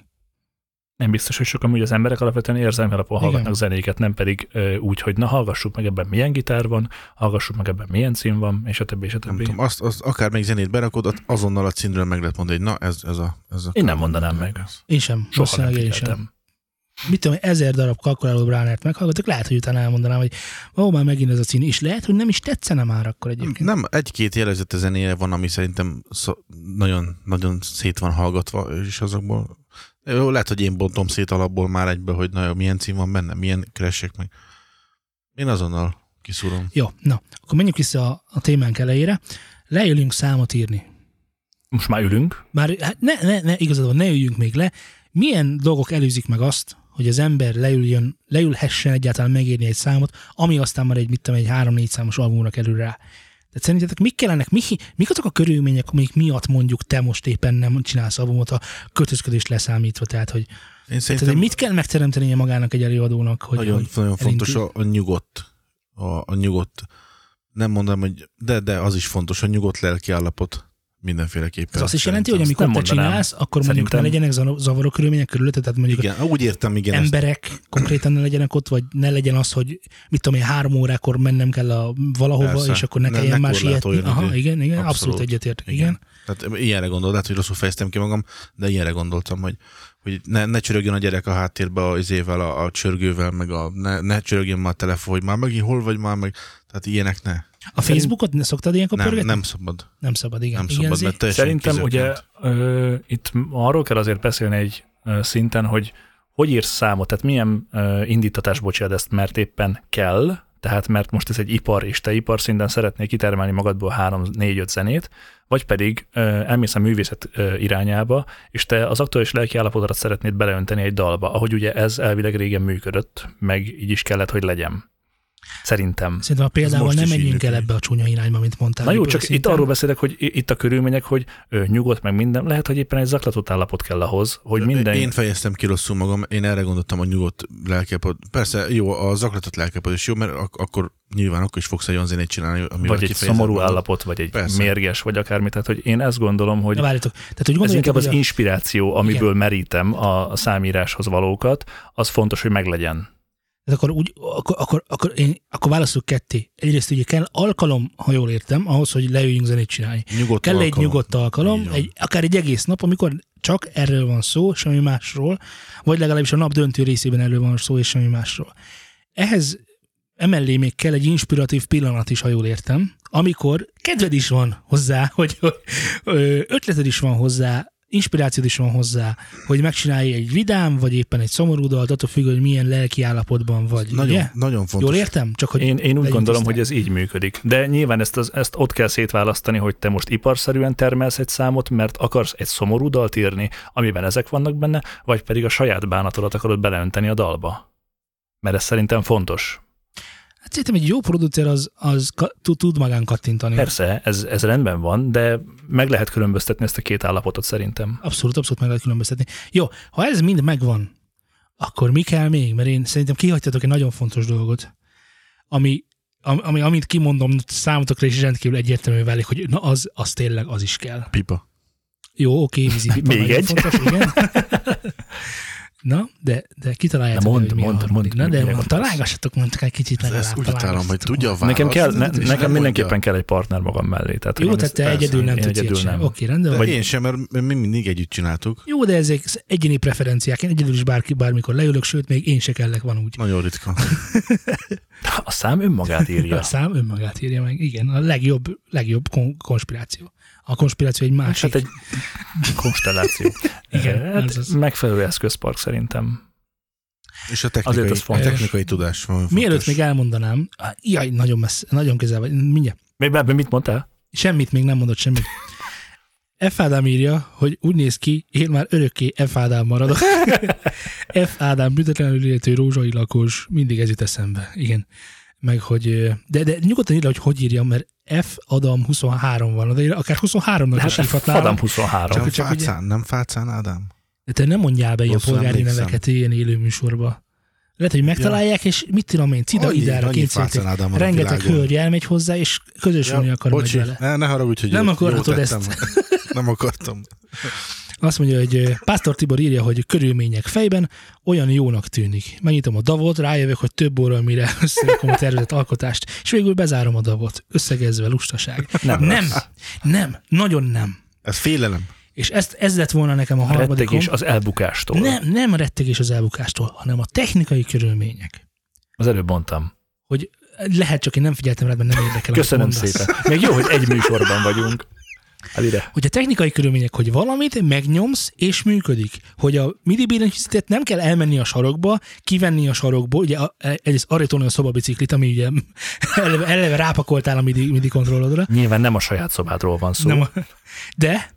B: Nem biztos, hogy sokan, hogy az emberek alapvetően érzelmi alapon
A: Igen.
B: hallgatnak zenéket, nem pedig ö, úgy, hogy na hallgassuk meg ebben milyen gitár van, hallgassuk meg ebben milyen cím van, és a többi, és a többi.
C: Nem tudom, azt, azt akár még zenét berakod, azonnal a címről meg lehet mondani, hogy na ez, ez a... Ez a
B: Én nem mondanám meg.
A: Én sem.
B: Soha nem
A: én
B: figyeltem.
A: sem. Mit tudom, ezer darab kalkuláló Bránert meghallgatok, lehet, hogy utána elmondanám, hogy ó, már megint ez a cím, és lehet, hogy nem is tetszene már akkor egyébként.
C: Nem, egy-két jellegzete zenéje van, ami szerintem szó, nagyon, nagyon szét van hallgatva, és azokból jó, lehet, hogy én bontom szét alapból már egybe, hogy na jó, milyen cím van benne, milyen keresek meg. Én azonnal kiszúrom.
A: Jó, na, akkor menjünk vissza a, a témánk elejére. Leülünk számot írni.
B: Most már ülünk.
A: Már hát ne, ne, ne, igazad van, ne üljünk még le. Milyen dolgok előzik meg azt, hogy az ember leüljön, leülhessen egyáltalán megírni egy számot, ami aztán már egy, mit tudom, egy három-négy számos albumra kerül rá. Tehát szerintetek mik kellenek, mi, mik azok a körülmények, amik miatt mondjuk te most éppen nem csinálsz albumot a kötözködést leszámítva, tehát hogy,
C: Én
A: tehát, hogy mit kell megteremtenie magának egy előadónak, hogy
C: nagyon,
A: hogy
C: nagyon fontos
A: elindul?
C: a, a nyugodt. A, a nyugodt. Nem mondom, hogy de, de az is fontos, a nyugodt lelki állapot mindenféleképpen.
A: Ez azt is jelenti, hogy
B: Szerintem
A: amikor
B: azt
A: te
B: nem mondanám.
A: csinálsz, akkor mondjuk ne
B: Szerintem-
A: legyenek zavaró körülmények körülötted, tehát mondjuk
C: Igen, úgy értem, igen. ezt-
A: emberek konkrétan ne legyenek ott, vagy ne legyen az, hogy mit tudom én, három órákor mennem kell a valahova,
C: Persze.
A: és akkor ne
C: Ne-
A: kelljen
C: ne
A: már sietni.
C: korlátoljon
A: Aha,
C: idő.
A: igen, igen, abszolút,
C: Abszolút.
A: egyetértek. Igen.
C: Igen. Tehát ilyenre gondoltam, lehet, hogy rosszul fejeztem ki magam, de ilyenre gondoltam, hogy, hogy ne, ne csörögjön a gyerek a háttérbe az évvel, a, a csörgővel, meg a, ne, ne csörögjön már a telefon, hogy már megint hol vagy már, meg, tehát ilyenek ne.
A: A Facebookot ne szoktad ilyenkor
C: Nem,
A: pörgetni?
C: nem szabad.
A: Nem szabad, igen.
C: Nem
A: igen,
C: szabad,
A: ezért-
C: mert teljesen
B: Szerintem ugye
C: kizökkent.
B: ö, itt arról kell azért beszélni egy ö, szinten, hogy hogy írsz számot, tehát milyen ö, indítatásból csinálod ezt, mert éppen kell, tehát mert most ez egy ipar, és te ipar szinten szeretnél kitermelni magadból három, négy, öt zenét, vagy pedig ö, elmész a művészet ö, irányába, és te az aktuális lelkiállapotodat szeretnéd beleönteni egy dalba, ahogy ugye ez elvileg régen működött, meg így is kellett, hogy legyen. Szerintem.
A: Szerintem a példával
C: most
A: nem
C: is így
A: menjünk el
C: működik.
A: ebbe a csúnya irányba, mint mondtál.
B: Na jó,
A: Ipar
B: csak
A: szinten.
B: itt arról beszélek, hogy i- itt a körülmények, hogy ö, nyugodt meg minden, lehet, hogy éppen egy zaklatott állapot kell ahhoz, hogy minden...
C: Én fejeztem ki rosszul magam, én erre gondoltam a nyugodt lelkiállapot. Persze jó, a zaklatott lelkiállapot is jó, mert ak- akkor nyilván akkor is fogsz egy olyan zenét csinálni, amivel
B: vagy egy
C: kifejezed
B: szomorú
C: magad.
B: állapot, vagy egy
C: Persze.
B: mérges, vagy akármi. Tehát, hogy én ezt gondolom, hogy
A: Na várjatok, tehát úgy
B: ez
A: gondoljátok,
B: inkább az
A: hogy a-
B: inspiráció, amiből merítem a, a számíráshoz valókat, az fontos, hogy meglegyen.
A: Tehát akkor, úgy, akkor, akkor, akkor, én, akkor válaszolok ketté. Egyrészt ugye kell alkalom, ha jól értem, ahhoz, hogy leüljünk zenét csinálni.
C: Nyugodt
A: Kell egy
C: alkalom.
A: nyugodt alkalom,
C: Így van.
A: egy, akár egy egész nap, amikor csak erről van szó, semmi másról, vagy legalábbis a nap döntő részében erről van szó, és semmi másról. Ehhez emellé még kell egy inspiratív pillanat is, ha jól értem, amikor kedved is van hozzá, hogy hogy, ö, ötleted is van hozzá, inspirációd is van hozzá, hogy megcsinálj egy vidám, vagy éppen egy szomorú dalt, attól függ, hogy milyen lelki állapotban vagy.
C: Nagyon,
A: ugye?
C: nagyon fontos.
A: Jól értem? Csak hogy
B: Én, én úgy
A: legyünk
B: gondolom,
A: tisztán.
B: hogy ez így működik. De nyilván ezt, az, ezt ott kell szétválasztani, hogy te most iparszerűen termelsz egy számot, mert akarsz egy szomorú dalt írni, amiben ezek vannak benne, vagy pedig a saját bánatodat akarod beleönteni a dalba. Mert ez szerintem fontos.
A: Hát szerintem egy jó producer az, az ka- tud, tud magán kattintani.
B: Persze, ez, ez rendben van, de meg lehet különböztetni ezt a két állapotot szerintem.
A: Abszolút, abszolút meg lehet különböztetni. Jó, ha ez mind megvan, akkor mi kell még? Mert én szerintem kihagytatok egy nagyon fontos dolgot, ami ami, amit kimondom, számotokra is rendkívül egyértelmű válik, hogy na az, az tényleg az is kell.
C: Pipa.
A: Jó, oké, vízi pipa.
B: Még egy.
A: Fontos, igen. Na, de, de kitaláljátok,
B: Na mond,
A: hogy mi
B: mond,
A: a harmadik.
B: mond,
A: Na, de
B: mond,
A: mond, találgassatok, mondtak egy kicsit
C: Ezt
A: legalább.
C: úgy találom, hogy tudja a választ.
B: Nekem, kell, ne,
C: és
B: nekem
C: nem
B: mindenképpen
C: mondja.
B: kell egy partner magam mellé. Tehát,
A: Jó,
B: hogy
A: tehát te
B: persze,
A: egyedül nem
B: én
A: tudsz
B: egyedül
A: ilyet sem.
B: nem.
A: Oké, rendben
C: De
A: van.
C: én sem, mert mi mindig együtt csináltuk.
A: Jó, de ezek egyéni preferenciák. Én egyedül is bárki, bármikor leülök, sőt, még én se kellek, van úgy.
C: Nagyon ritka.
B: A szám önmagát írja.
A: A szám önmagát írja meg. Igen, a legjobb, legjobb kon- konspiráció. A konspiráció egy másik.
B: Hát egy konstelláció.
A: Igen,
B: hát
A: az az.
B: megfelelő eszközpark szerintem.
C: És a technikai,
B: Azért az
C: a
B: fontos.
C: technikai tudás van fontos.
A: Mielőtt még elmondanám, á, jaj, nagyon messze, nagyon közel vagy, mindjárt.
B: Még ebben mit mondtál?
A: Semmit még nem mondott, semmit. F. Ádám írja, hogy úgy néz ki, én már örökké F. Ádám maradok. F. Ádám büntetlenül illető rózsai lakos, mindig ez jut eszembe. Igen. Meg, hogy, de, de nyugodtan írja, hogy hogy írja, mert F. Adam huszonhárom van, de akár huszonháromnak is
B: Hát
A: hívhatnál.
B: Adam huszonhárom.
C: Nem
A: csak
C: fácán, nem fácán, Ádám?
A: De te nem mondjál be ilyen
C: Rosszul
A: polgári
C: emlékszem.
A: neveket ilyen élő műsorba. Lehet, hogy megtalálják, és mit tudom én, Cida
C: Annyi-
A: Idára
C: annyi
A: kényszerítik.
C: Fácán Ádám van a
A: Rengeteg
C: világon.
A: hölgy elmegy hozzá, és közösülni akar majd
C: bocsi,
A: vele.
C: ne, ne haragudj, hogy
A: Nem
C: jó,
A: akarhatod
C: jó
A: ezt.
C: tettem. Nem akartam.
A: Azt mondja, hogy ö, Pásztor Tibor írja, hogy körülmények fejben olyan jónak tűnik. Megnyitom a davot, rájövök, hogy több óra, mire összerakom a tervezett alkotást, és végül bezárom a davot. Összegezve lustaság.
B: Nem
A: nem,
B: rossz.
A: nem, nagyon nem.
C: Ez félelem.
A: És ezt, ez lett volna nekem a
B: A
A: harmadikom.
B: rettegés az elbukástól.
A: Nem, nem rettegés az elbukástól, hanem a technikai körülmények.
B: Az előbb mondtam.
A: Hogy lehet, csak én nem figyeltem rád, mert nem érdekel. amit
B: Köszönöm
A: mondasz.
B: szépen. Még jó, hogy egy műsorban vagyunk. Hát ide.
A: Hogy a technikai körülmények, hogy valamit megnyomsz és működik. Hogy a MIDI billentyűzetet nem kell elmenni a sarokba, kivenni a sarokból, ugye a- egyrészt arra tolni a szobabiciklit, ami ugye eleve, eleve rápakoltál a MIDI, MIDI kontrolodra.
B: Nyilván nem a saját szobádról van szó.
A: Nem a, de...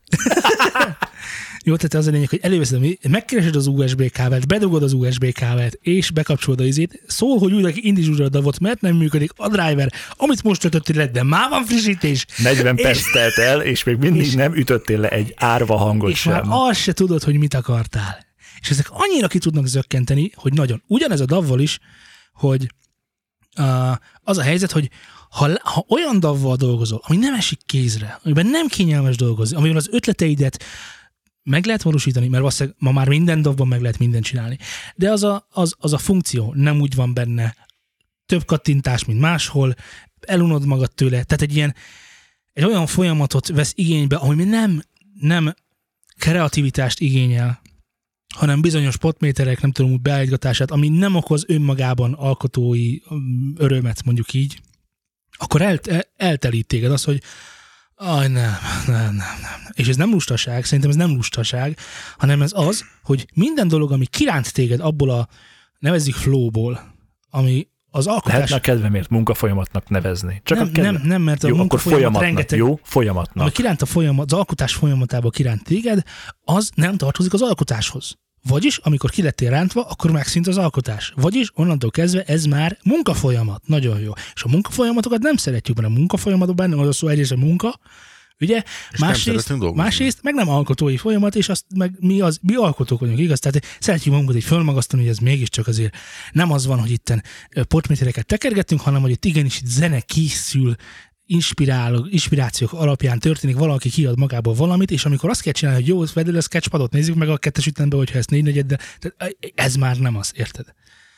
A: Jó, tehát az a lényeg, hogy előveszed, megkeresed az u es bé kábelt, bedugod az u es bé kábelt, és bekapcsolod a izét, szól, hogy újra indíts újra a davot, mert nem működik a driver, amit most töltöttél le, de már van frissítés,
B: negyven
A: És-
B: perc telt el, és még mindig
A: és-
B: nem ütöttél le egy árva hangot
A: és már
B: sem.
A: azt se tudod, hogy mit akartál. És ezek annyira ki tudnak zökkenteni, hogy nagyon. Ugyanez a davval is, hogy uh, az a helyzet, hogy ha, ha olyan davval dolgozol, ami nem esik kézre, amiben nem kényelmes dolgozni, amiben az ötleteidet meg lehet valósítani, mert valószínűleg ma már minden davban meg lehet mindent csinálni, de az a, az, az a funkció nem úgy van benne, több kattintás, mint máshol, elunod magad tőle, tehát egy ilyen egy olyan folyamatot vesz igénybe, ami nem, nem kreativitást igényel, hanem bizonyos potméterek, nem tudom, úgy beállítgatását, ami nem okoz önmagában alkotói um, örömet, mondjuk így, akkor el, el, eltelít téged az, hogy aj, nem, nem, nem, nem. És ez nem lustaság, szerintem ez nem lustaság, hanem ez az, hogy minden dolog, ami kiránt téged abból a, nevezzük flowból, ami az alkotás...
B: Lehetne a kedvemért munkafolyamatnak nevezni. Csak
A: nem,
B: a kedve...
A: nem, nem, mert a
B: jó, akkor
A: munkafolyamat
B: folyamatnak.
A: rengeteg...
B: Jó, folyamatnak.
A: Ami kiránt a folyamat, az alkotás folyamatába kiránt téged, az nem tartozik az alkotáshoz. Vagyis, amikor ki lettél rántva, akkor megszűnt az alkotás. Vagyis, onnantól kezdve ez már munkafolyamat. Nagyon jó. És a munkafolyamatokat nem szeretjük, mert a munkafolyamatokban nem az a szó, egyrészt a munka, ugye?
C: És nem
A: Másrészt,
C: szeretünk dolgozni.
A: másrészt meg nem alkotói folyamat, és azt meg mi, az, mi alkotók vagyunk, igaz? Tehát szeretjük magunkat így fölmagasztani, hogy ez mégiscsak azért nem az van, hogy itten portmétereket tekergetünk, hanem hogy itt igenis itt zene készül, inspiráló, inspirációk alapján történik, valaki kiad magából valamit, és amikor azt kell csinálni, hogy jó, vedd elő a sketchpadot, nézzük meg a kettes ütembe, hogyha ezt négy negyeddel, tehát ez már nem az, érted?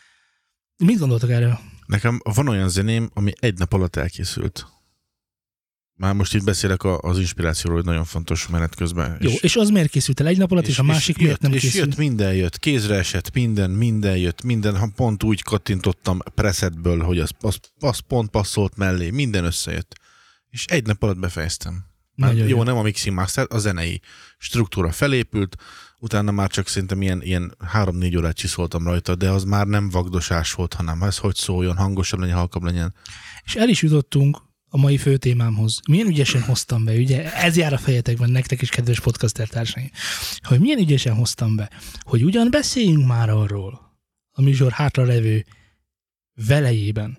A: Mit gondoltak erről?
C: Nekem van olyan zeném, ami egy nap alatt elkészült. Már most itt beszélek a- az inspirációról, hogy nagyon fontos menet közben.
A: Jó, és az miért készült el egy nap alatt, és, és a másik
C: jött,
A: miért nem
C: és
A: készült?
C: jött, minden jött, kézre esett, minden, minden jött, minden, ha pont úgy kattintottam presetből, hogy az, az, az pont passzolt mellé, minden összejött. És egy nap alatt befejeztem. Már
A: Nagyon
C: jó,
A: jó.
C: nem a mixing master, a zenei struktúra felépült, utána már csak szerintem ilyen, ilyen három-négy órát csiszoltam rajta, de az már nem vagdosás volt, hanem ez hogy szóljon, hangosabb legyen, halkabb legyen.
A: És el is jutottunk a mai fő témámhoz. Milyen ügyesen hoztam be, ugye? Ez jár a fejetekben nektek is, kedves podcaster társaim. Hogy milyen ügyesen hoztam be, hogy ugyan beszéljünk már arról a műsor hátralevő velejében,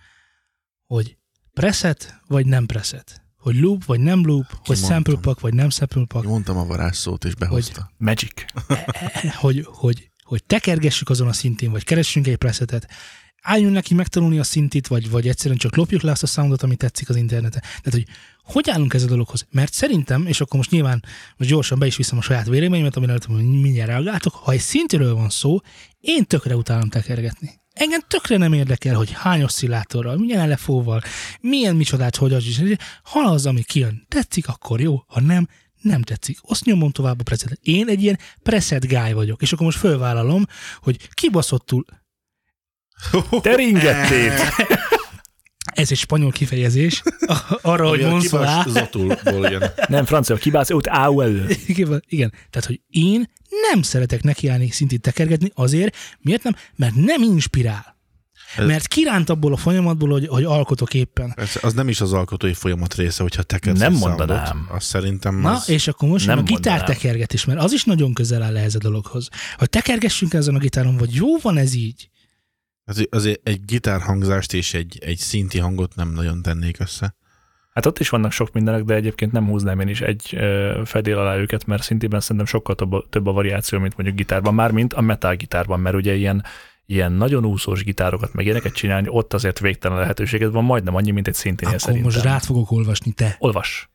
A: hogy preset vagy nem preset, hogy loop vagy nem loop, hogy
C: Kimondtam.
A: sample pack vagy nem sample pack,
C: Mondtam a varázsszót, és behozta.
B: Magic.
A: hogy, hogy, hogy tekergessük azon a szintén, vagy keressünk egy presetet, álljunk neki megtanulni a szintit, vagy, vagy egyszerűen csak lopjuk le azt a soundot, ami tetszik az interneten. Tehát, hogy hogy állunk ez a dologhoz? Mert szerintem, és akkor most nyilván most gyorsan be is viszem a saját véleményemet, amire mindjárt reagáltok, ha egy szintről van szó, én tökre utálom tekergetni. Engem tökre nem érdekel, hogy hány oszcillátorral, milyen elefóval, milyen micsodát, hogy az is. Ha az, ami kijön, tetszik, akkor jó, ha nem, nem tetszik. Azt nyomom tovább a presetet. Én egy ilyen preset guy vagyok, és akkor most fölvállalom, hogy kibaszottul...
B: Teringették!
A: Ez egy spanyol kifejezés, arra, hogy monszolá.
B: Nem, francia, kibász, ott áú elő.
A: Igen, tehát, hogy én nem szeretek nekiállni szintén tekergetni azért, miért nem? Mert nem inspirál. Ez... Mert kiránt abból a folyamatból, hogy, hogy alkotok éppen.
C: Ez, az nem is az alkotói folyamat része, hogyha tekersz
B: nem
C: egy
B: mondanám.
C: soundot. Azt szerintem
A: Na,
C: az...
A: és akkor most a gitár tekergetés, mert az is nagyon közel áll ehhez a dologhoz. Hogy tekergessünk ezen a gitáron, vagy jó van ez így?
C: Az, azért egy gitárhangzást és egy, egy szinti hangot nem nagyon tennék össze.
B: Hát ott is vannak sok mindenek, de egyébként nem húznám én is egy ö, fedél alá őket, mert szintében szerintem sokkal több a, több a variáció, mint mondjuk gitárban, mármint a metal gitárban, mert ugye ilyen, ilyen nagyon úszós gitárokat, meg ilyeneket csinálni, ott azért végtelen lehetőséged van, majdnem annyi, mint egy szintinél szerintem.
A: Akkor most rád fogok olvasni, te.
B: Olvas.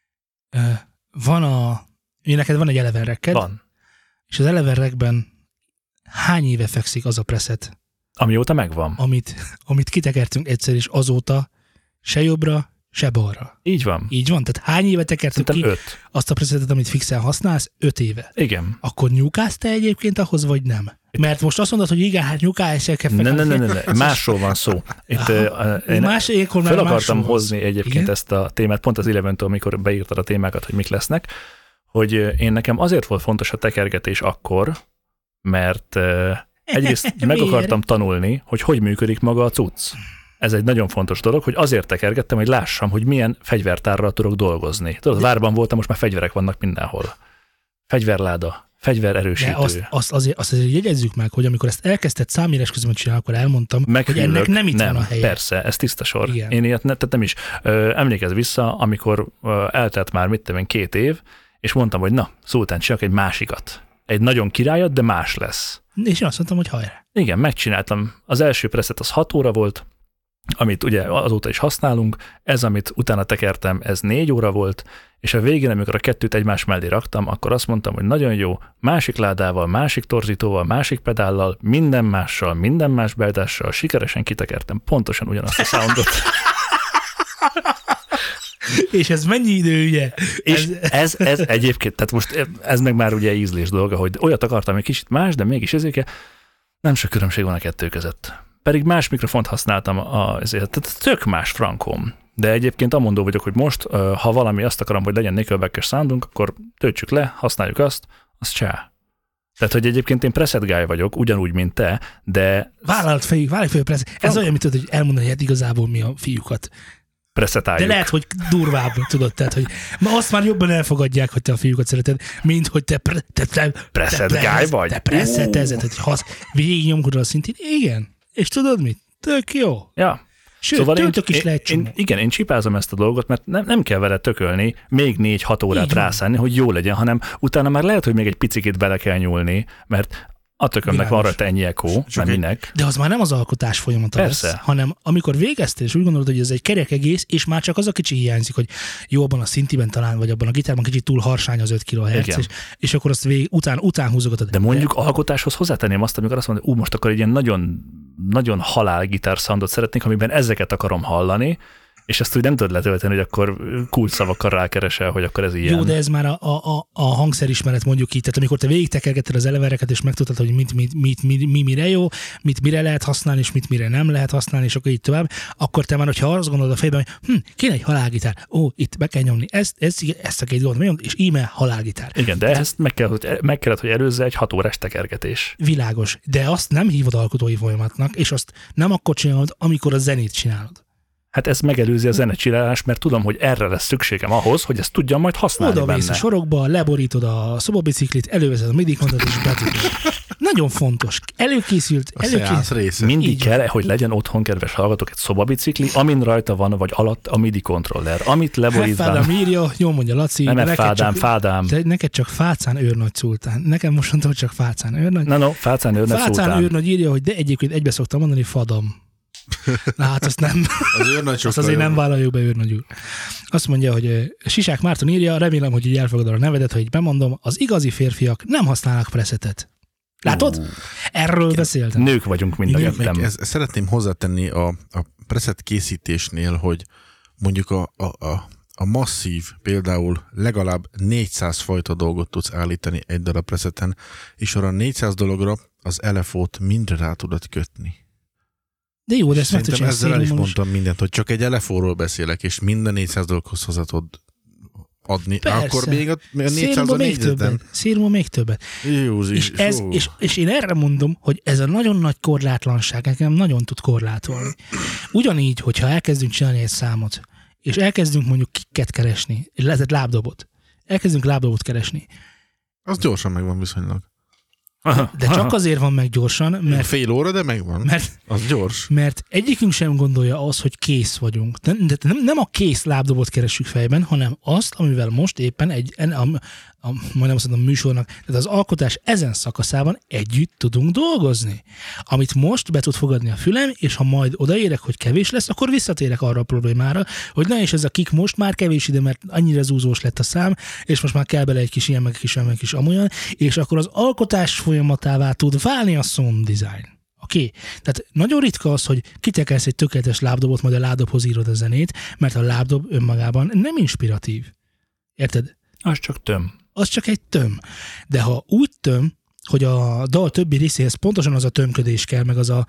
A: Van a... Én neked van egy Eleven Racked.
B: Van.
A: És az Eleven Rackben hány éve fekszik az a preset?
B: Amióta megvan.
A: Amit, amit kitekertünk egyszer, és azóta se jobbra, se balra.
B: Így van.
A: Így van? Tehát hány éve tekertünk ki
B: öt.
A: azt a presetet, amit fixen használsz? Öt éve.
B: Igen.
A: Akkor nyúkálsz te egyébként ahhoz, vagy nem? Mert most azt mondod, hogy igen, hát nyúkálsz, kell
B: Ne, ne, ne, ne, ne. Másról van szó. Itt, uh, én
A: más,
B: fel akartam hozni egyébként
A: igen?
B: ezt a témát, pont az Eleventől, amikor beírtad a témákat, hogy mik lesznek, hogy én nekem azért volt fontos a tekergetés akkor, mert uh, egyrészt meg akartam tanulni, hogy hogy működik maga a cucc. Ez egy nagyon fontos dolog, hogy azért tekergettem, hogy lássam, hogy milyen fegyvertárral tudok dolgozni. Tudod, várban voltam, most már fegyverek vannak mindenhol. Fegyverláda, fegyvererősítő.
A: De azt, azt, azért, azt azért jegyezzük meg, hogy amikor ezt elkezdted számírás közben csinálni, akkor elmondtam,
B: Meghűlök,
A: hogy ennek nem itt
B: nem,
A: van a helye.
B: Persze, ez tiszta sor.
A: Igen.
B: Én ilyet ne, tehát nem is. Ö, emlékezz vissza, amikor ö, eltelt már mit tudom én két év, és mondtam, hogy na, szó után csinálok egy másikat. Egy nagyon királyat, de más lesz.
A: És én azt mondtam, hogy hajrá.
B: Igen, megcsináltam. Az első preset az hat óra volt, amit ugye azóta is használunk, ez, amit utána tekertem, ez négy óra volt, és a végén, amikor a kettőt egymás mellé raktam, akkor azt mondtam, hogy nagyon jó, másik ládával, másik torzítóval, másik pedállal, minden mással, minden más beállítással sikeresen kitekertem pontosan ugyanazt a soundot.
A: És ez mennyi idő, ugye?
B: És ez, ez egyébként, tehát most ez meg már ugye ízlés dolga, hogy olyat akartam egy kicsit más, de mégis ezért nem sok különbség van a kettő között. Pedig más mikrofont használtam, azért, tehát tök más frankom. De egyébként amondó vagyok, hogy most, ha valami azt akarom, hogy legyen Nickelback-es soundunk, akkor töltsük le, használjuk azt, az csá. Tehát, hogy egyébként én preset guy vagyok, ugyanúgy, mint te, de...
A: Vállalt fejük, vállalt fejük preset. Ez Frank... olyan, mint tudod, hogy elmondani, hogy igazából mi a fiúkat.
B: Presetáljuk.
A: De lehet, hogy durvább, tudod, tehát, hogy ma azt már jobban elfogadják, hogy te a fiúkat szereted, mint hogy te, pre, te, te
B: preset te guy vagy.
A: Te presetezed, hogy hasz, végignyomkodod a szintén. Igen. És tudod mit? Tök jó.
B: Ja.
A: Sőt,
B: szóval
A: töltök
B: én,
A: is lehet
B: én, igen, én csipázom ezt a dolgot, mert nem, nem kell vele tökölni, még négy-hat órát rászánni, hogy jó legyen, hanem utána már lehet, hogy még egy picikét bele kell nyúlni, mert a tökömnek van rajta ennyi ekó, mert minek.
A: De az már nem az alkotás folyamata
B: Persze.
A: lesz, hanem amikor végeztél, és úgy gondolod, hogy ez egy kerek egész, és már csak az a kicsi hiányzik, hogy jó, abban a szintiben talán, vagy abban a gitárban kicsit túl harsány az öt kilohertz, és, és akkor azt végig, után, után húzogatod.
B: De mondjuk De... alkotáshoz hozzátenném azt, amikor azt mondod, ú, most akkor egy ilyen nagyon, nagyon halál gitár soundot szeretnék, amiben ezeket akarom hallani, és ezt úgy nem tudod letölteni, hogy akkor kulcsszavakkal rákeresel, hogy akkor ez ilyen.
A: Jó, de ez már a, a, a hangszerismeret mondjuk így, tehát amikor te végig tekergetted az elevereket, és megtudtad, hogy mit, mit, mit, mit, mi mire jó, mit mire lehet használni, és mit mire nem lehet használni, és akkor így tovább, akkor te már, hogyha azt gondolod a fejben, hogy hm, kéne egy halálgitár, ó, itt be kell nyomni ezt, ezt, ezt a két gondot, és íme halálgitár.
B: Igen, de ezt meg, kell, hogy, meg kellett, hogy előzze egy hat órás tekergetés.
A: Világos, de azt nem hívod alkotói folyamatnak, és azt nem akkor csinálod, amikor a zenét csinálod.
B: Hát ez megelőzi a zenecsinálás, mert tudom, hogy erre lesz szükségem ahhoz, hogy ezt tudjam majd használni
A: oda
B: benne.
A: Oda a sorokba, leborítod a szobabiciklit, előveszed a midi kontot és betudod. Na nagyon fontos. Előkészült,
C: A szeánsz
A: előkészült.
C: része.
B: Mindig
A: Így
B: kell, hogy legyen otthon, kedves hallgatók, egy szobabicikli, amin rajta van, vagy alatt a MIDI kontroller, amit leborítván...
A: Fádám írja, jól mondja Laci.
B: Nem,
A: neked
B: fádám,
A: csak,
B: fádám.
A: te- Neked csak Fácán őrnagy szultán. Nekem mostantól csak Fácán őrnagy.
B: Na no, Fácán őrne
A: Fácán
B: szultán.
A: őrnagy írja, hogy de egyébként egybe szoktam mondani Fadam. Na hát azt nem,
C: Az őrnagy
A: azt
C: sokkal
A: azért nem
C: jobb.
A: vállaljuk be őrnagy úr. Azt mondja, hogy ö, Sisák Márton írja, remélem, hogy így elfogadod a nevedet, hogy így bemondom, az igazi férfiak nem használnak preszetet. Látod?
B: Ú,
A: Erről beszéltem.
B: Nők vagyunk mind a
C: Igen,
B: ketten.
C: még ez, szeretném hozzátenni a, a preset készítésnél, hogy mondjuk a, a, a, a masszív például legalább négyszáz fajta dolgot tudsz állítani egy darab preseten, és arra négyszáz dologra az elefót mindre rá tudod kötni.
A: De jó, de ezt meg
C: Szerintem
A: tudod
C: ezzel el is
A: csinálni.
C: mondtam mindent, hogy csak egy elefóról beszélek, és minden négyszáz dologhoz hozzá tudod adni.
A: Persze.
C: Akkor még a, a négyszáz
A: Szélmúlva
C: a
A: még
C: négyzeten.
A: többet. Szélmúlva még többet.
C: Jézus,
A: És, ez, és, és én erre mondom, hogy ez a nagyon nagy korlátlanság nekem nagyon tud korlátolni. Ugyanígy, hogyha elkezdünk csinálni egy számot, és elkezdünk mondjuk kikket keresni, lehet lábdobot, elkezdünk lábdobot keresni,
C: Az gyorsan megvan viszonylag.
A: de csak azért van meg gyorsan, mert,
C: Fél óra, de megvan.
A: mert,
C: Az gyors.
A: mert egyikünk sem gondolja azt, hogy kész vagyunk. De, de nem, nem a kész lábdobot keressük fejben, hanem azt, amivel most éppen egy, a, a, a, majdnem azt mondom, műsornak, tehát az alkotás ezen szakaszában együtt tudunk dolgozni. Amit most be tud fogadni a fülem, és ha majd odaérek, hogy kevés lesz, akkor visszatérek arra a problémára, hogy na és ez a kik most már kevés ide, mert annyira zúzós lett a szám, és most már kell bele egy kis ilyen, meg kis ilyen, meg kis amolyan, és akkor az alkotás folyamatává tud válni a sound design. Oké? Okay? Tehát nagyon ritka az, hogy kitekelsz egy tökéletes lábdobot, majd a lábdobhoz írod a zenét, mert a lábdob önmagában nem inspiratív. Érted?
B: Az csak töm.
A: Az csak egy töm. De ha úgy töm, hogy a dal többi részéhez pontosan az a tömködés kell, meg az a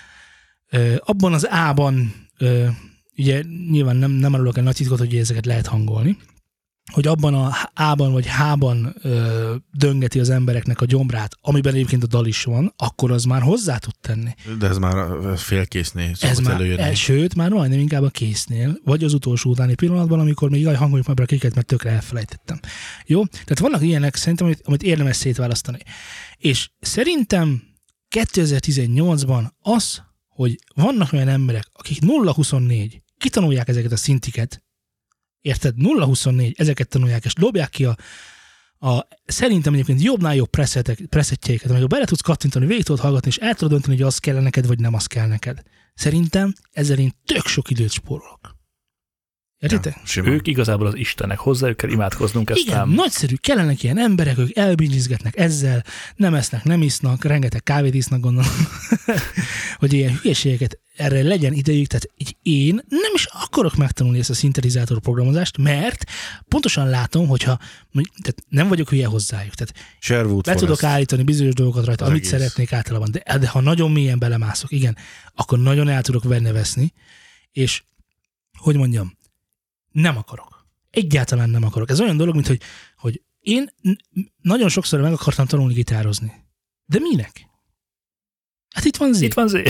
A: ö, abban az A-ban, ö, ugye nyilván nem, nem arról kell nagy titkot, hogy ezeket lehet hangolni, hogy abban a A-ban vagy H-ban ö, döngeti az embereknek a gyomrát, amiben egyébként a dal is van, akkor az már hozzá tud tenni.
C: De ez már félkésznél
A: Ez
C: szokott
A: már,
C: előjönni.
A: el, sőt, már majdnem inkább a késznél, vagy az utolsó utáni pillanatban, amikor még jaj, hangoljuk már be a kiket, mert tökre elfelejtettem. Jó? Tehát vannak ilyenek szerintem, amit, amit érdemes szétválasztani. És szerintem kétezer-tizennyolcban az, hogy vannak olyan emberek, akik nulla huszonnégy kitanulják ezeket a szintiket, érted? nulla huszonnégy ezeket tanulják, és dobják ki a, a szerintem egyébként jobbnál jobb preszettjeiket, amikor bele tudsz kattintani, végig tudod hallgatni, és el tudod dönteni, hogy az kell neked, vagy nem az kell neked. Szerintem ezzel én tök sok időt spórolok. Értitek?
C: Ja,
B: Ők igazából az istenek, hozzájuk kell imádkoznunk ezt.
A: Igen, nagyszerű, kellenek ilyen emberek, ők elbízizgetnek ezzel, nem esznek, nem isznak, rengeteg kávét isznak, gondolom, hogy ilyen hülyeségeket erre legyen idejük, tehát így én nem is akarok megtanulni ezt a szintetizátor programozást, mert pontosan látom, hogyha tehát nem vagyok hülye hozzájuk, tehát
C: Sherwood
A: le
C: Forest.
A: tudok állítani bizonyos dolgokat rajta,
C: Az
A: amit
C: egész.
A: szeretnék általában, de, de ha nagyon mélyen belemászok, igen, akkor nagyon el tudok venne veszni, és hogy mondjam, nem akarok. Egyáltalán nem akarok. Ez olyan dolog, mint hogy, hogy én nagyon sokszor meg akartam tanulni gitározni. De minek? Hát itt van Zé.
B: Itt van Zé.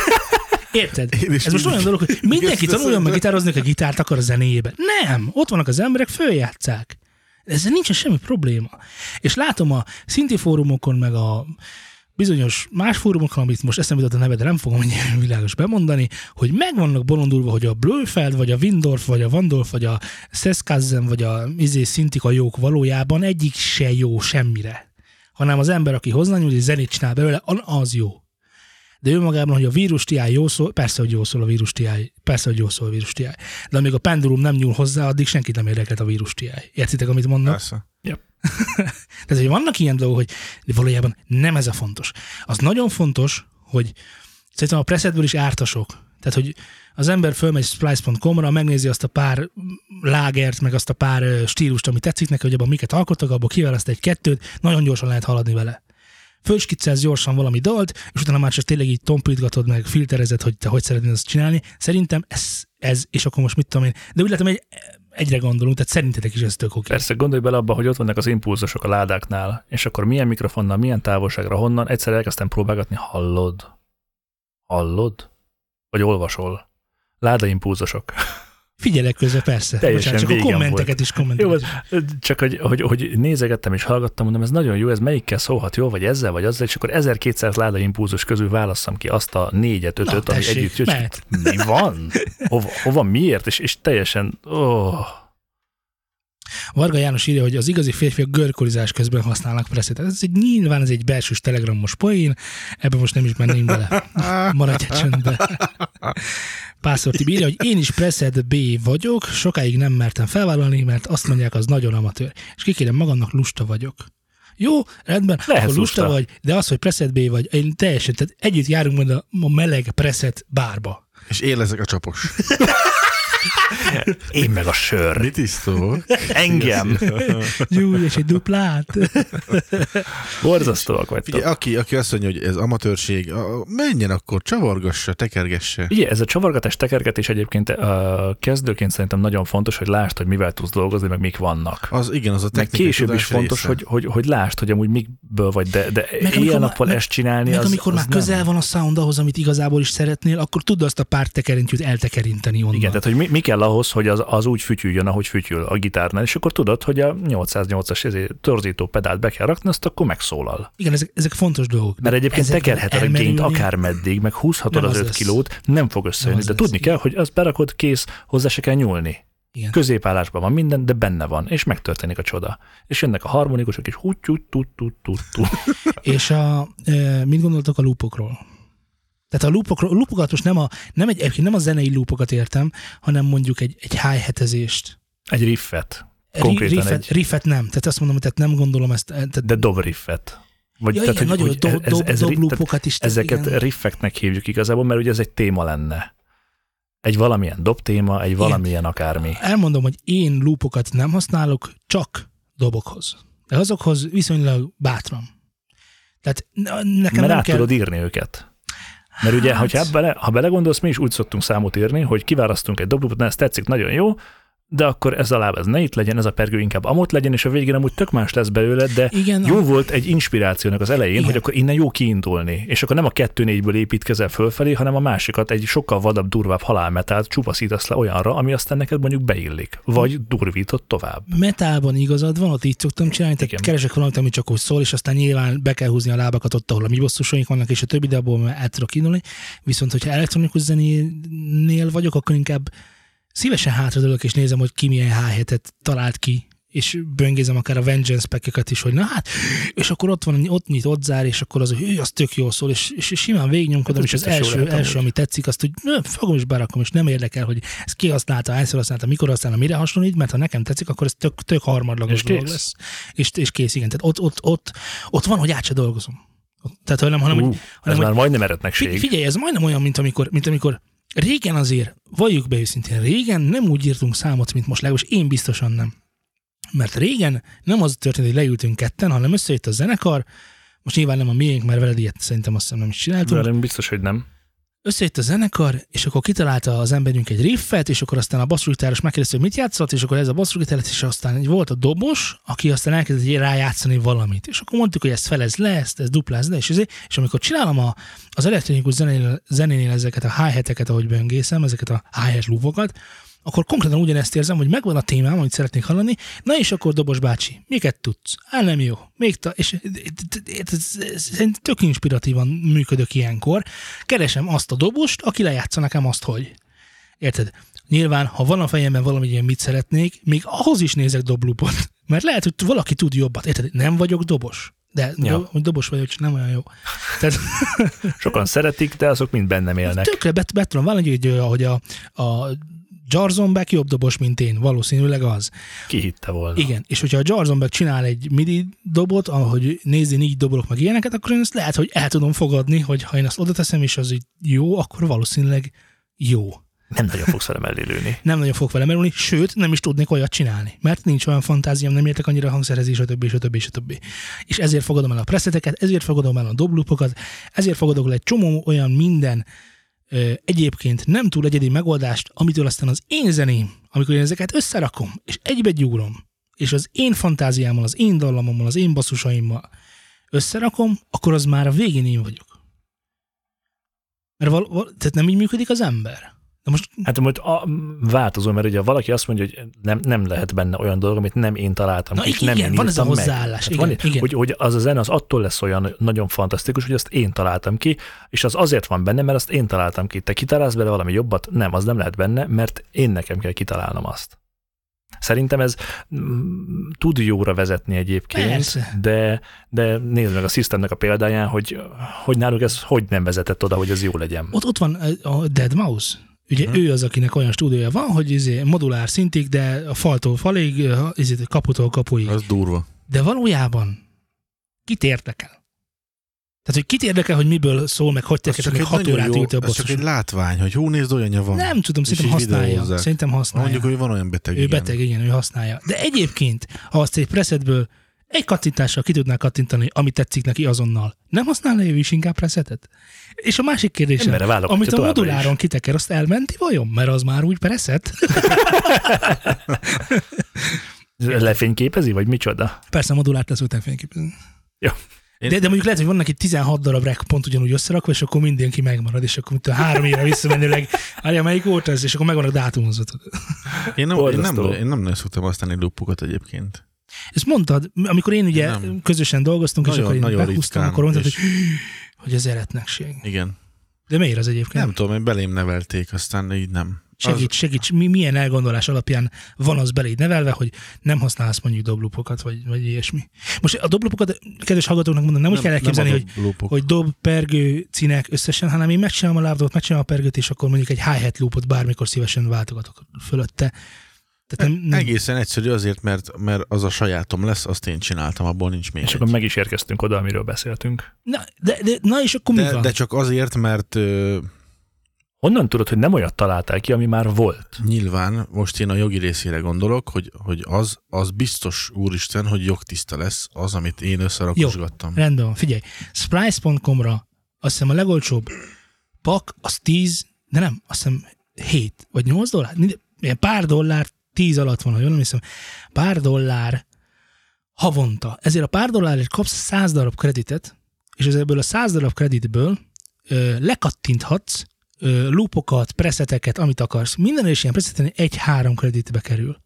A: Érted?
C: is
A: Ez most olyan dolog, hogy mindenki
C: Igen,
A: tanuljon meg
C: de-
A: gitározni, a gitárt akar a zenéjébe. Nem! Ott vannak az emberek, följátszák. Ezzel nincsen semmi probléma. És látom a szinti fórumokon, meg a bizonyos más fórumokon, amit most eszembe jutott a neve, de nem fogom ennyire világos bemondani, hogy meg vannak bolondulva, hogy a Blöfeld, vagy a Windorf, vagy a Wandorf, vagy a Seskazzen, vagy a izé szintik a jók valójában egyik se jó semmire. Hanem az ember, aki hozzányúl, hogy zenét csinál belőle, az jó. De ő magában, hogy a vírus ti á jó szól, persze, hogy jó szól a vírus ti á, persze, hogy jó szól a vírus ti á. De amíg a pendulum nem nyúl hozzá, addig senkit nem érdekelt a vírus ti á. Értitek, amit mondok?
C: Persze.
A: Tehát, hogy vannak ilyen dolgok, hogy de valójában nem ez a fontos. Az nagyon fontos, hogy szerintem a presetből is ártasok. Tehát, hogy az ember fölmegy splice pont com-ra, megnézi azt a pár lágert, meg azt a pár stílust, ami tetszik neki, hogy abban miket alkottak, abból kiválaszt egy-kettőt, nagyon gyorsan lehet haladni vele. Fölskiccelsz gyorsan valami dalt, és utána már csak tényleg így tompítgatod, meg filterezed, hogy te hogy szeretnéd azt csinálni. Szerintem ez, ez, és akkor most mit tudom én. De úgy látom, hogy egyre gondolunk, tehát szerintetek is ez tök oké.
B: Persze, gondolj bele abba, hogy ott vannak az impulzusok a ládáknál, és akkor milyen mikrofonnal, milyen távolságra, honnan, egyszer elkezdtem próbálgatni, hallod? Hallod? Vagy olvasol? Láda impulzusok.
A: Figyelek közben, persze.
B: Teljesen
A: Bocsánat, csak a kommenteket
B: volt.
A: is kommentelek.
B: Jó, csak hogy, hogy, hogy nézegettem és hallgattam, mondom, ez nagyon jó, ez melyikkel szólhat jó, vagy ezzel, vagy azzal, és akkor ezerkétszáz láda impulzus közül válasszam ki azt a négyet, ötöt, ami együtt jött. Mi van? Hova, hova miért? És, és teljesen... Oh.
A: Varga János írja, hogy az igazi férfiak görkorizás közben használnak presszet. Ez egy, nyilván ez egy belsős telegramos poén, ebben most nem is mennénk bele. Maradj csöndbe. Pászor Tibi írja, hogy én is presszed B vagyok, sokáig nem mertem felvállalni, mert azt mondják, az nagyon amatőr. És kikérem magamnak, lusta vagyok. Jó, rendben,
B: lehet
A: akkor lusta, lusta vagy, de az, hogy presszed B vagy, én teljesen, tehát együtt járunk majd a, a meleg presszed bárba.
C: És én leszek a csapos.
B: Én meg a sör.
C: Mi tisztó?
B: Engem.
A: Gyújj, és egy duplát.
B: Borzasztóak vagytok.
C: Figyelj, aki, aki azt mondja, hogy ez amatőrség, menjen akkor, csavargassa, tekergesse.
B: Ugye, ez a csavargatás, tekergetés egyébként uh, kezdőként szerintem nagyon fontos, hogy lásd, hogy mivel tudsz dolgozni, meg mik vannak.
C: Az igen, az a technikai
B: meg később is fontos,
C: része.
B: hogy, hogy, hogy lásd, hogy amúgy mikből vagy, de, de éjjel-nappal ezt csinálni,
A: meg
B: az,
A: amikor
B: az
A: már
B: nem.
A: közel van a sound ahhoz, amit igazából is szeretnél, akkor tud azt a pár tekerintyűt eltekerinteni onnan.
B: Igen, tehát hogy mi, mi kell ahhoz, hogy az, az úgy fütyüljön, ahogy fütyül a gitárnál, és akkor tudod, hogy a nyolcszáznyolcas torzító pedált be kell rakni, azt akkor megszólal.
A: Igen, ezek, ezek fontos dolgok.
B: Mert egyébként tekerheted a gént akármeddig, meg húzhatod az öt kilót, nem fog összejönni, de
A: lesz.
B: tudni kell, hogy az berakod, kész, hozzá se kell nyúlni.
A: Igen.
B: Középállásban van minden, de benne van, és megtörténik a csoda. És jönnek a harmonikusok, és húgy tut tut tut tut.
A: És a, e, mit gondoltok a loopokról? Tehát a loopokról, a loopokat most nem a, nem egy, nem a zenei loopokat értem, hanem mondjuk egy, egy hi-hatezést.
B: Egy riffet. Konkrétan
A: riffet,
B: egy...
A: riffet nem. Tehát azt mondom, tehát nem gondolom ezt. Tehát...
B: De dob riffet. Vagy,
A: Ja,
B: tehát,
A: igen,
B: hogy,
A: nagyon
B: hogy
A: dob,
B: ez,
A: dob,
B: ez,
A: dob
B: ez,
A: loopokat is.
B: Ezeket
A: igen.
B: riffeknek hívjuk igazából, mert ugye ez egy téma lenne. Egy valamilyen dobtéma, egy valamilyen igen. akármi.
A: Elmondom, hogy én loopokat nem használok, csak dobokhoz. De azokhoz viszonylag bátran. Tehát nekem
B: mert
A: nem
B: át
A: kell...
B: tudod írni őket. Mert ugye,
A: hát...
B: hogyha bele, ha belegondolsz, mi is úgy szoktunk számot írni, hogy kiválasztunk egy dobloopot, na ez tetszik, nagyon jó, de akkor ez a láb, ez ne itt legyen, ez a pergő inkább amott legyen, és a végén amúgy tök más lesz belőle, de
A: igen,
B: jó
A: a...
B: volt egy inspirációnak az elején, igen. hogy akkor innen jó kiindulni. És akkor nem a kettő négyből építkezel fölfelé, hanem a másikat egy sokkal vadabb, durvább halálmetált csupaszítasz le olyanra, ami aztán neked mondjuk beillik. Vagy durvított tovább.
A: Metálban igazad van, ott így szoktam csinálni, tehát igen. keresek valamit, ami csak úgy szól, és aztán nyilván be kell húzni a lábakat ott, ahol a mi bosszúsaink vannak, és a többi, de abból el tudok indulni. Viszont, hogyha elektronikus zenénél vagyok, akkor inkább szívesen hátradőlök, és nézem, hogy ki milyen hi-hatet talált ki, és böngézem akár a Vengeance packeket is, hogy na hát, és akkor ott van, ott nyit, ott zár, és akkor az, hogy ő, az tök jól szól, és, és simán végignyomkodom, hát és az első, lehet, első ami tetszik, azt, hogy nö, fogom és berakom, és nem érdekel, hogy ez ki használta, hányszor használta, mikor használta, mire hasonlít, mert ha nekem tetszik, akkor ez tök, tök harmadlagos dolog lesz. És, és kész, igen. Tehát ott, ott, ott, ott van, hogy át se dolgozom. Tehát, hanem, hanem,
B: uh,
A: hogy, hanem,
B: ez
A: hogy,
B: már majdnem eretnekség.
A: Figyelj, ez majdnem olyan, mint amikor, mint amikor régen azért, valljuk be őszintén, régen nem úgy írtunk számot, mint most, legalábbis én biztosan nem. Mert régen nem az történt, hogy leültünk ketten, hanem összejött a zenekar, most nyilván nem a miénk, mert veled ilyet szerintem azt hiszem nem is csináltunk.
B: Velem biztos, hogy nem.
A: Összejött a zenekar, és akkor kitalálta az emberünk egy riffet, és akkor aztán a basszusgitáros megkérdezte, hogy mit játszott, és akkor ez a basszusgitáros, és aztán volt a dobos, aki aztán elkezdett rájátszani valamit. És akkor mondtuk, hogy ezt felez le, ezt, ezt duplázd le, és, ezért, és amikor csinálom a, az elektronikus zenénél, zenénél ezeket a hi-hateket, ahogy böngészem, ezeket a hi-hat loopokat, akkor konkrétan ugyanezt érzem, hogy megvan a témám, amit szeretnék hallani, na és akkor dobos bácsi, miket tudsz? Á, nem jó. Még ta, és szerintem tök inspiratívan működök ilyenkor. Keresem azt a dobost, aki lejátsza nekem azt, hogy. Érted? Nyilván, ha van a fejemben valami ilyen mit szeretnék, még ahhoz is nézek doblupot. Mert lehet, hogy valaki tud jobbat. Érted? Nem vagyok dobos. De ja. do, dobos vagyok, csak nem olyan jó. Tehát...
B: Sokan szeretik, de azok mind bennem élnek.
A: Tökre bet, bet tudom vállalni, hogy, hogy a, a Jarzonbeck jobb dobos, mint én. Valószínűleg az.
B: Ki hitte volna.
A: Igen, és hogyha a Jarzonbeck csinál egy midi dobot, ahogy nézni így dobolok meg ilyeneket, akkor én ezt lehet, hogy el tudom fogadni, hogy ha én azt oda teszem, és az így jó, akkor valószínűleg jó.
B: Nem nagyon fogsz vele mellé lőni.
A: Nem nagyon fog vele merülni, sőt, nem is tudnék olyat csinálni, mert nincs olyan fantáziám, nem értek annyira a hangszerezés, a többi, és a többi, és a többi. És ezért fogadom el a preseteket, ezért fogadom el a dobloopokat, ezért fogadok el egy csomó olyan minden ö, egyébként nem túl egyedi megoldást, amitől aztán az én zeném, amikor én ezeket összerakom, és egybe gyúrom, és az én fantáziámmal, az én dallamommal, az én basszusaimmal összerakom, akkor az már a végén én vagyok. Mert val- val- tehát nem így működik az ember. Na most...
B: Hát most a, változó, mert ugye valaki azt mondja, hogy nem, nem lehet benne olyan dolog, amit nem én találtam.
A: Na
B: és
A: igen,
B: nem én
A: van ez a hozzáállás.
B: Hát
A: igen,
B: van,
A: igen.
B: Hogy, hogy az a zene az attól lesz olyan nagyon fantasztikus, hogy azt én találtam ki, és az azért van benne, mert azt én találtam ki. Te kitalálsz bele valami jobbat? Nem, az nem lehet benne, mert én nekem kell kitalálnom azt. Szerintem ez mm, tud jóra vezetni egyébként,
A: Persze.
B: de, de nézd meg a Systemnek a példáján, hogy, hogy náluk ez hogy nem vezetett oda, hogy ez jó legyen.
A: Ott, ott van a Dead Mouse. Ugye hmm. ő az, akinek olyan stúdiója van, hogy izé modulár szintig, de a faltól falig, izé kaputól kapuig.
C: Az durva.
A: De valójában kit érdekel? Tehát, hogy kit érdekel, hogy miből szól, meg hogy teked, még hat órát ült a
C: basszus. Ez csak egy látvány, hogy hú, nézd, olyanja van.
A: Nem tudom, szerintem használja. Szerintem használja.
C: Mondjuk, hogy van olyan beteg.
A: Ő igen. beteg, igen, ő használja. De egyébként, ha azt egy presetből egy kattintással ki tudná kattintani, ami tetszik neki azonnal, nem használna ő is inkább presetet? És a másik kérdés, amit a moduláron kiteker, azt elmenti vajon? Mert az már úgy preset?
B: Lefényképezi, vagy micsoda?
A: Persze, a modulárt lesz után fényképezni.
B: Jó.
A: De, de mondjuk lehet, hogy vannak itt tizenhat darab rek pont ugyanúgy összerakva, és akkor mindenki megmarad, és akkor mint a három évre visszamenőleg, állja, melyik volt ez, és akkor megvan a dátumozatod.
C: Én nem, én nem, én nem nagyon szoktam használni loopokat egyébként.
A: Ezt mondtad, amikor én ugye én közösen dolgoztunk, nagyon, és akkor én meghúztam, akkor mondtad, hogy, hogy ez eretnekség.
C: Igen.
A: De miért az egyébként?
C: Nem tudom, én belém nevelték, aztán így nem.
A: Segíts, segíts, mi, milyen elgondolás alapján van az beléd nevelve, hogy nem használsz mondjuk doblupokat, vagy, vagy ilyesmi. Most a doblupokat, kedves hallgatóknak mondom, nem, nem úgy kell elképzelni, hogy, hogy dob, pergő, cínek összesen, hanem én megcsinálom a lábdobot, megcsinálom a pergőt, és akkor mondjuk egy hi-hat loopot bármikor szívesen váltogatok fölötte. Tehát nem, nem...
C: Egészen egyszerű azért, mert, mert az a sajátom lesz, azt én csináltam, abból nincs még.
B: És egy. Akkor meg is érkeztünk oda, amiről beszéltünk.
A: Na, de, de, na és akkor
C: de,
A: mi van?
C: De csak azért, mert...
B: Honnan tudod, hogy nem olyat találtál ki, ami már volt?
C: Nyilván, most én a jogi részére gondolok, hogy, hogy az, az biztos, úristen, hogy jogtiszta lesz az, amit én összerakosgattam.
A: Jó, rendben van, figyelj. Splice pont com-ra azt hiszem a legolcsóbb pak, az tíz, de nem, azt hiszem hét vagy nyolc dollár, ilyen pár dollár, tíz alatt van, ha jól nem hiszem, pár dollár havonta. Ezért a pár dollárért kapsz száz darab kreditet, és ebből a száz darab kreditből ö, lekattinthatsz loopokat, preseteket, amit akarsz. Minden is ilyen preseten egy-három kreditbe kerül.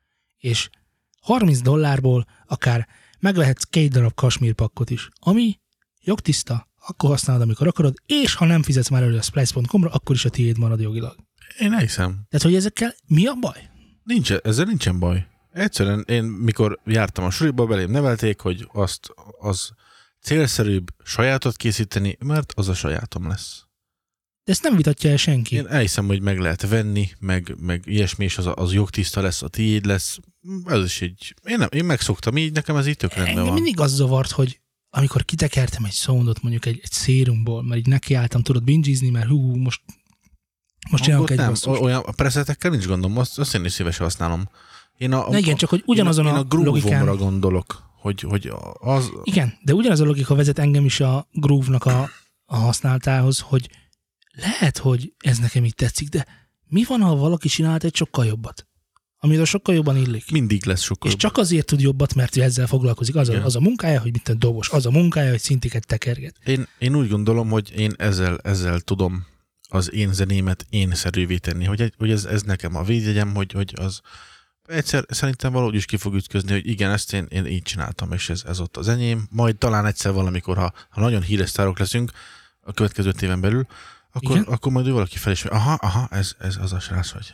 A: És harminc dollárból akár megvehetsz két darab kasmírpakkot is, ami jogtiszta, akkor használod, amikor akarod, és ha nem fizetsz már elő a splice pont com-ra, akkor is a tiéd marad jogilag.
C: Én elhiszem.
A: Tehát, hogy ezekkel mi a baj?
C: Nincs, ezzel nincsen baj. Egyszerűen én, mikor jártam a suliba, belém nevelték, hogy azt az célszerűbb sajátot készíteni, mert az a sajátom lesz.
A: De ezt nem vitatja el senki.
C: Én elhiszem, hogy meg lehet venni, meg, meg ilyesmi, és az, az jogtiszta lesz, a tiéd lesz. Ez is egy... Én, nem, én megszoktam így, nekem ez így tök rendben van.
A: Engem mindig az zavart, hogy amikor kitekertem egy soundot, mondjuk egy, egy szérumból, mert így nekiálltam, tudod bingizni, mert hú, most, most csinálok egy basszust.
C: Olyan presetekkel nincs gondom, azt, azt én is szívesen használom. Én a,
A: Na igen, csak hogy ugyanazon
C: én a,
A: a,
C: a groove-omra
A: logikán...
C: gondolok, hogy, hogy az...
A: Igen, de ugyanaz a logika vezet engem is a groove-nak a, a használatához, hogy lehet, hogy ez nekem így tetszik, de mi van, ha valaki csinált egy sokkal jobbat? Amire sokkal jobban illik.
C: Mindig lesz sokkal
A: És csak azért tud jobbat, mert ő ezzel foglalkozik. Az a, az a munkája, hogy mit a dobos, az a munkája, hogy szintiket tekerget.
C: Én, én úgy gondolom, hogy én ezzel, ezzel tudom az én zenémet énszerűvé tenni, hogy, hogy ez, ez nekem a védjegyem, hogy, hogy az egyszer szerintem valahogy is ki fog ütközni, hogy igen, ezt én, én így csináltam, és ez, ez ott az enyém. Majd talán egyszer valamikor, ha, ha nagyon híres sztárok leszünk a következő éven belül, akkor, akkor majd ő valaki felismer. Aha, aha, ez, ez az a srác, hogy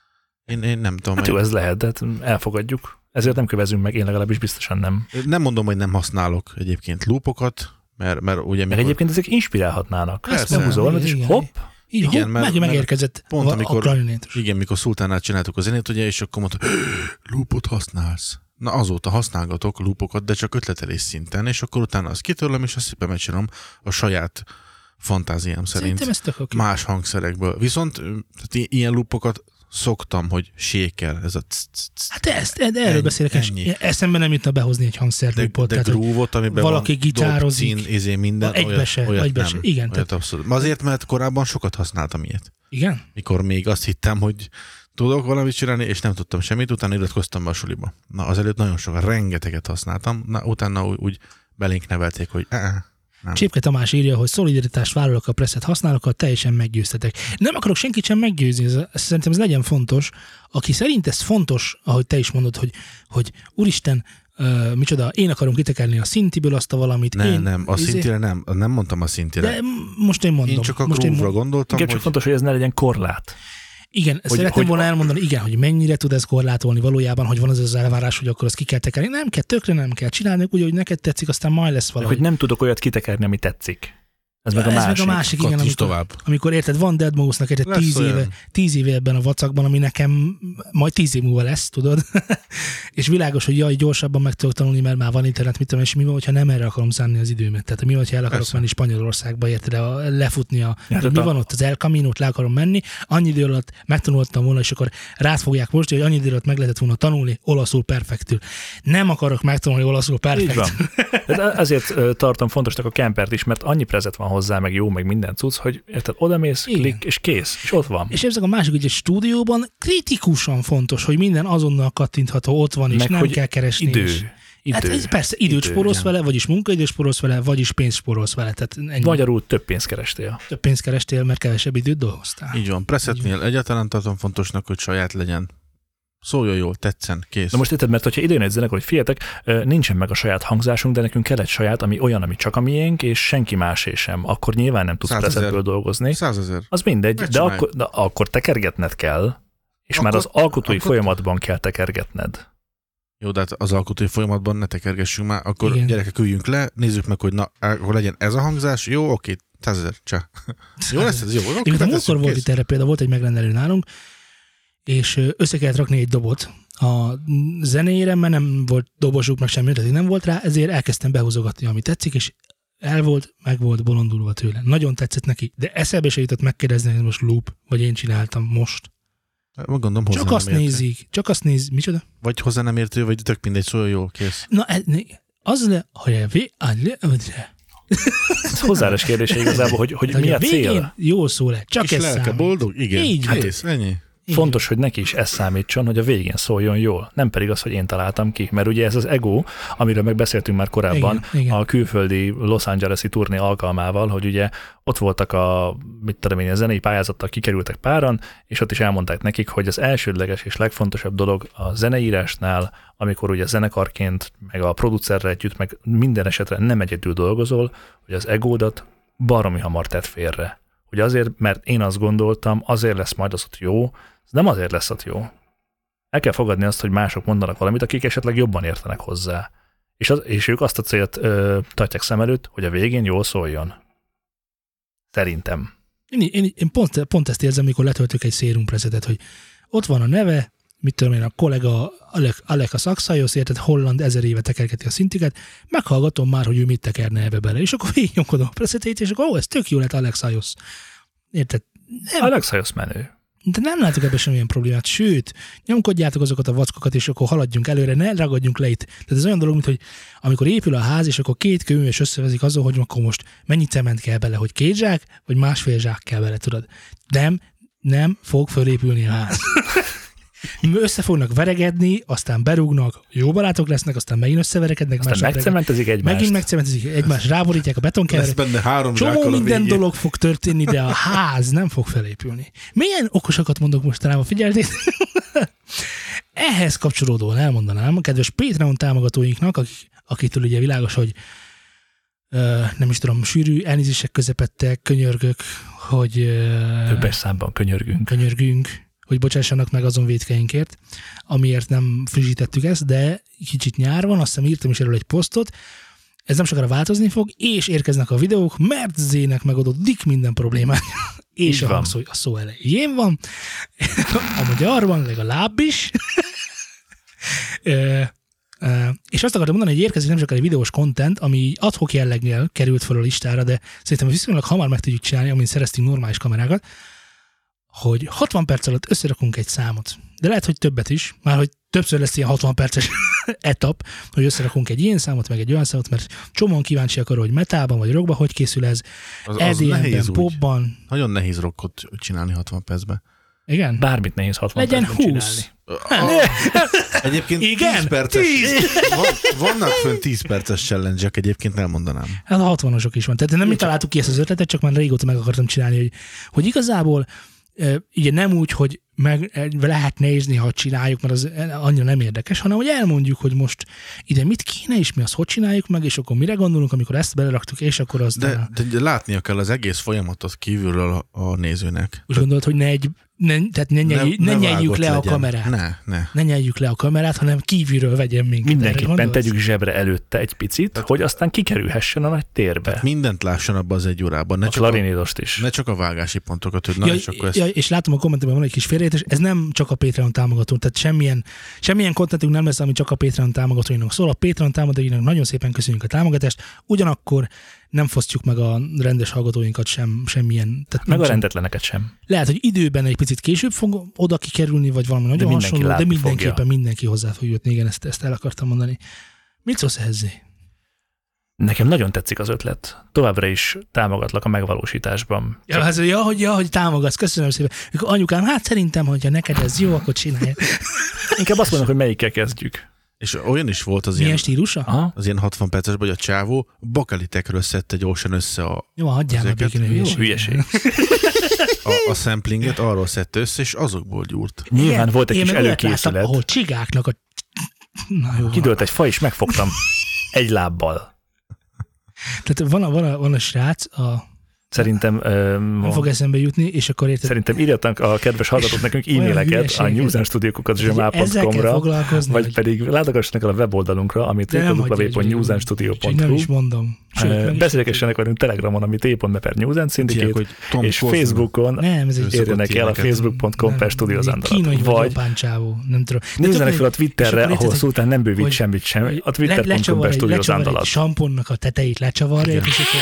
C: én, én nem tudom.
B: Hát jó, ez lehet, de elfogadjuk. Ezért nem kövezünk meg, én legalábbis biztosan nem.
C: Nem mondom, hogy nem használok egyébként loopokat, mert, mert ugye...
B: Meg mikor... egyébként ezek inspirálhatnának.
C: Persze.
B: Behúzol valamit, és hopp.
A: Igen, igen, hopp, mert, meg, megérkezett
C: pont
A: a,
C: amikor,
A: a
C: igen, mikor Szultánnál csináltuk a zenét, ugye, és akkor mondta, loopot használsz. Na azóta használgatok loopokat, de csak ötletelés szinten, és akkor utána azt kitörlöm, és azt bemecsinom a saját fantáziám szerint más hangszerekből. Viszont tehát ilyen loopokat szoktam, hogy shaker, ez a c-c-c.
A: Hát ezt, de erről beszélek, és eszembe nem jutna behozni egy hangszerloopot.
C: De, de groove-ot, amiben
A: valaki
C: van
A: gitározik,
C: dob, cín, izé minden,
A: egybe
C: olyat,
A: se,
C: olyat
A: egybe
C: nem.
A: Se. Igen,
C: olyat abszolút. Azért, mert korábban sokat használtam ilyet.
A: Igen?
C: Mikor még azt hittem, hogy tudok valamit csinálni, és nem tudtam semmit, utána iratkoztam be a suliba. Na, azelőtt nagyon sokat, rengeteget használtam, na, utána úgy, úgy belénk nevelték, hogy eh, Nem.
A: Csépke Tamás írja, hogy szolidaritást vállalok a presszet használókkal, teljesen meggyőztetek. Nem akarok senkit sem meggyőzni, ez, szerintem ez legyen fontos. Aki szerint ez fontos, ahogy te is mondod, hogy, hogy úristen, uh, micsoda, én akarom kitekerni a Szintiből azt a valamit.
C: Nem,
A: én,
C: nem, a
A: izé...
C: Szintire nem, nem mondtam a Szintire.
A: De most én mondom.
C: Én csak a
A: most
C: groove-ra
A: mond...
C: gondoltam,
B: igen,
C: hogy...
B: csak fontos, hogy ez ne legyen korlát.
A: Igen,
B: hogy,
A: szeretném
B: hogy
A: volna
B: a...
A: elmondani, igen, hogy mennyire tud ez korlátolni valójában, hogy van az az elvárás, hogy akkor azt ki kell tekerni. Nem kell, tökre nem kell csinálni, úgy, hogy neked tetszik, aztán majd lesz valami.
B: Hogy nem tudok olyat kitekerni, ami tetszik. Ez
A: ja,
B: meg a
A: ez
B: másik.
A: meg a másik, igen, amikor,
C: tovább.
A: amikor érted, van Deadmau5-nak érted tíz éve, tíz éve ebben a vacakban, ami nekem majd tíz év múlva lesz, tudod? És világos, hogy jaj, gyorsabban meg tudok tanulni, mert már van internet, mit tudom, és mi van, hogyha nem erre akarom szánni az időmet. Tehát mi van, hogyha el akarok Persze. menni Spanyolországba, érted, a, lefutni a, ja, mi a... van ott, az El Caminót le akarom menni, annyi idő alatt megtanultam volna, és akkor rád fogják most, hogy annyi idő alatt meg lehetett volna tanulni olaszul perfektül. Nem akarok megtanulni olaszul perfektül.
B: Ezért tartom fontosnak a Kempert is, mert annyi prezet van hozzá, meg jó, meg minden cucc, hogy érted, odamész, igen. klik, és kész, és ott van.
A: És ezek a másik, hogy egy stúdióban kritikusan fontos, hogy minden azonnal kattintható, ott van, és meg nem kell keresni.
B: Idő.
A: És...
B: idő.
A: Hát ez persze, időt idő, spórolsz vele, vagyis munkaidőt spórolsz vele, vagyis pénzt spórolsz vele. Tehát ennyi.
B: Magyarul több pénzt kerestél.
A: Több pénzt kerestél, mert kevesebb időt dolgoztál.
C: Így van. Presetnél egyáltalán tartom fontosnak, hogy saját legyen. Szóljon jól, tetszen, kész.
B: Na most érted, mert hogyha idejön egy zenekar, hogy figyeljetek, nincsen meg a saját hangzásunk, de nekünk kell egy saját, ami olyan, ami csak a miénk, és senki másé sem. Akkor nyilván nem tudsz presetből dolgozni.
C: Százezer.
B: Az mindegy, de akkor, de akkor tekergetned kell, és akkor, már az alkotói akkor... folyamatban kell tekergetned.
C: Jó, de hát az alkotói folyamatban ne tekergessünk már, akkor
A: igen.
C: Gyerekek, üljünk le, nézzük meg, hogy na, akkor legyen ez a hangzás, jó, oké, százezer, csá. Jó lesz ez, jó.
A: Okay, de múltkor volt itt erre például, volt egy megrendelő nálunk, és össze kellett rakni egy dobot a zenéjére, mert nem volt dobosuk, meg semmi, tehát nem volt rá, ezért elkezdtem behúzogatni, ami tetszik, és el volt, meg volt bolondulva tőle. Nagyon tetszett neki, de eszembe se jutott megkérdezni, hogy most loop, vagy én csináltam most.
C: Gondolom, hozzá
A: csak azt nézik, csak azt néz, micsoda?
C: Vagy hozzá nem értő, vagy tök mindegy, szól jól, kész.
A: Na, az le, hogy a vé...
B: Ez hozzáállás kérdése igazából, hogy, hogy mi a cél.
A: Jól szól le, csak ez számít.
C: Boldog? Igen, így kész, ennyi.
B: Fontos, hogy neki is ez számítson, hogy a végén szóljon jól. Nem pedig az, hogy én találtam ki. Mert ugye ez az ego, amiről megbeszéltünk már korábban, igen, igen. a külföldi Los Angeles-i turné alkalmával, hogy ugye ott voltak a, mit tudom én, a zenei pályázattal kikerültek páran, és ott is elmondták nekik, hogy az elsődleges és legfontosabb dolog a zeneírásnál, amikor ugye zenekarként, meg a producerrel együtt, meg minden esetre nem egyedül dolgozol, hogy az egódat baromi hamar tett félre. Hogy azért, mert én azt gondoltam, azért lesz majd az ott jó, ez nem azért lesz ott jó. El kell fogadni azt, hogy mások mondanak valamit, akik esetleg jobban értenek hozzá. És, az, és ők azt a célt ö, tartják szem előtt, hogy a végén jól szóljon. Szerintem.
A: Én, én, én pont, pont ezt érzem, amikor letöltök egy szérumprezetet, hogy ott van a neve, mit tudom én, a kollega Alek a Saxaios, érted, holland ezer éve tekergeti a szintiket, meghallgatom már, hogy ő mit tekerne ebbe bele, és akkor végignyomkodom a prezetét, és akkor ó, ez tök jó lett Alexaios. Érted?
B: Alexaios menő.
A: De nem látok ebben semmilyen problémát, sőt, nyomkodjátok azokat a vackokat, és akkor haladjunk előre, ne ragadjunk le itt. Tehát ez olyan dolog, mint hogy amikor épül a ház, és akkor két kőműves összevezik azon, hogy akkor most mennyi cement kell bele, hogy két zsák, vagy másfél zsák kell bele, tudod. Nem, nem fog fölépülni a ház. Össze fognak veregedni, aztán berúgnak, jó barátok lesznek, aztán megint összeverekednek.
B: Aztán megcementezik egymást.
A: Megint megcementezik egymást, ráborítják a betonkeverőt. Csomó minden dolog fog történni, de a ház nem fog felépülni. Milyen okosakat mondok mostanában, figyelték? Ehhez kapcsolódóan elmondanám a kedves Patreon támogatóinknak, akik, akitől ugye világos, hogy uh, nem is tudom, sűrű elnézések közepette, könyörgök, hogy... Uh,
B: Többes számban könyörgünk.
A: Könyörgünk. Hogy bocsássanak meg azon vétkeinkért, amiért nem frissítettük ezt, de kicsit nyár van, azt hiszem írtam is erről egy posztot, ez nem sokára változni fog, és érkeznek a videók, mert Zének megoldódik minden problémát, és a hangszó a szó elején van, a magyarban legalábbis, és azt akartam mondani, hogy érkezik nem sokára egy videós content, ami ad-hoc jelleggel került fel a listára, de szerintem viszonylag hamar meg tudjuk csinálni, amint szereztünk normális kamerákat, hogy hatvan perc alatt összerakunk egy számot. De lehet, hogy többet is, már hogy többször lesz ilyen hatvan perces etap, hogy összerakunk egy ilyen számot, meg egy olyan számot, mert csomóan kíváncsiak arra, hogy metában vagy rockban hogy készül ez, é dé em-ben, popban.
C: Nagyon nehéz rockot csinálni hatvan percben.
A: Igen?
B: Bármit nehéz hatvan
A: legyen
B: percben
A: húsz.
B: csinálni.
C: Egyébként
A: Igen?
C: tíz perces.
A: tíz
C: Van, vannak fönn tíz perces challenge-ek, egyébként elmondanám.
A: Hát a hatvanosok is van. Tehát nem mi találtuk ki ezt az ötletet, csak már régóta meg akartam csinálni, hogy, hogy igazából ugye nem úgy, hogy meg lehet nézni, ha csináljuk, mert az annyira nem érdekes, hanem hogy elmondjuk, hogy most ide mit kéne, és mi azt hogy csináljuk meg, és akkor mire gondolunk, amikor ezt beleraktuk, és akkor azt...
C: De, de látnia kell az egész folyamatot kívülről a, a nézőnek.
A: Úgy gondolod, hogy ne egy... Ne, tehát ne, ne, ne, ne nyeljük le
C: legyen.
A: a kamerát.
C: Ne, ne.
A: Ne nyeljük le a kamerát, hanem kívülről vegyen minket.
B: Mindenképpen tegyük zsebre előtte egy picit, tehát, hogy aztán kikerülhessen a nagy térbe.
C: Mindent lásson abban az egy órában. Ne
B: a
C: csak a,
B: is.
C: ne csak a vágási pontokat, hogy na,
A: ja,
C: és akkor ezt...
A: ja, és látom a kommentekben van egy kis félreértés, ez nem csak a Patreon támogató, tehát semmilyen, semmilyen kontentünk nem lesz, ami csak a Patreon támogatóinak szól. A Patreon támogatóinak nagyon szépen köszönjük a támogatást, ugyanakkor nem fosztjuk meg a rendes hallgatóinkat sem, semmilyen. Tehát
B: meg a rendetleneket sem.
A: Lehet, hogy időben egy picit később fog oda kikerülni, vagy valami nagyon hasonló, de mindenképpen fogja. Mindenki hozzá fog jutni. Igen, ezt, ezt el akartam mondani. Mit szólsz ehhez?
B: Nekem nagyon tetszik az ötlet. Továbbra is támogatlak a megvalósításban.
A: Ja, az, ja, hogy, ja, hogy támogatsz, köszönöm szépen. Akkor anyukám, hát szerintem, hogyha neked ez jó, akkor csinálj.
B: Inkább azt mondom, hogy melyikkel kezdjük.
C: És olyan is volt az
A: milyen
C: ilyen...
A: stílusa?
B: Aha.
C: Az ilyen hatvan perces, vagy a csávó bakelitekről szedte gyorsan össze a...
A: Jó, hagyjál a békén a
B: hülyeség.
C: A, a samplinget arról szedte össze, és azokból gyúrt.
B: Nyilván
A: igen,
B: volt egy kis előkészület.
A: Láttam, ahol csigáknak a...
B: Na, jó, kidőlt egy fa, és megfogtam egy lábbal.
A: Tehát van a, van a, van a srác, a...
B: Szerintem...
A: Nem um, fog eszembe jutni, és akkor érted...
B: Szerintem írjanak a kedves hallgatók nekünk e-maileket a newsandstudio-kukat zsomá pont com-ra, vagy hogy... pedig látogassanak el a weboldalunkra, amit w w w pont newsandstudio pont hu.
A: Nem is mondom.
B: Beszélgessenek velünk Telegramon, amit t pont me per newsandsyndicate, és Facebookon
A: nem,
B: érjenek el a facebook pont com per studiozándalat.
A: Vagy nem tudom.
B: Nézzenek fel a Twitterre, ahol Szultán nem bővít semmit sem. A twitter pont com per studiozándalat.
A: Egy samponnak a tetejét lecsavarja, és akkor...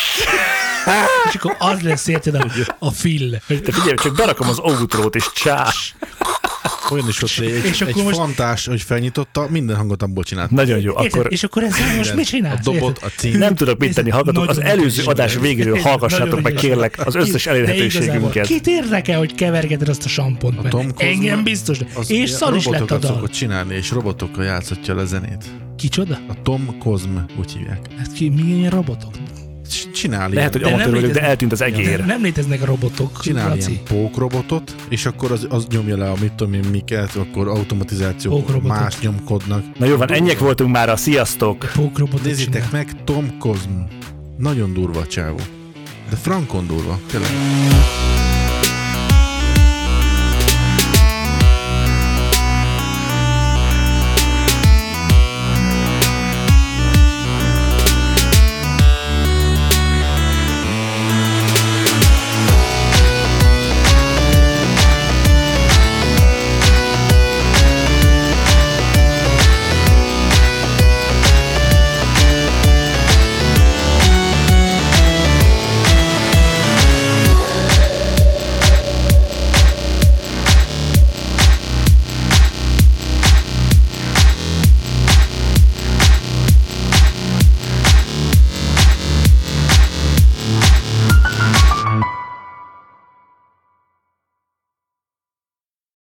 A: és akkor az lesz, érted, a, a fill.
B: Te figyelj, csak berakom az outrót, és csás.
C: Olyan is ott egy, és egy most... fantás, hogy felnyitotta, minden hangot abból csinált.
B: Nagyon jó.
A: Érted?
B: Akkor...
A: És akkor ezzel most mit csinálsz?
C: A dobot, a cím.
B: Nem tudok mit tenni, hallgatók. Az előző adás végéről hallgassátok meg, kérlek, az összes elérhetőségünket.
A: Kit érdekel, hogy kevergeted azt a sampont? Engem biztos. És szar is lett a dal.
C: szokott csinálni, és robotokkal játszatja a zenét.
A: Kicsoda?
C: A Tom Cosme, úgy hívják.
A: Hát ki, milyen robotok?
C: Csinál
B: lehet, hogy amatőr vagyok, de eltűnt az egér.
A: Nem, nem léteznek a robotok.
C: Csinál ilyen pókrobotot, és akkor az, az nyomja le a mit tudom én miket, akkor automatizáció, más nyomkodnak.
B: Na jó van, ennyiek voltunk már, a sziasztok!
C: Nézzétek csinál. meg, Tom Cosme. Nagyon durva a csávó. De frankon durva, tényleg.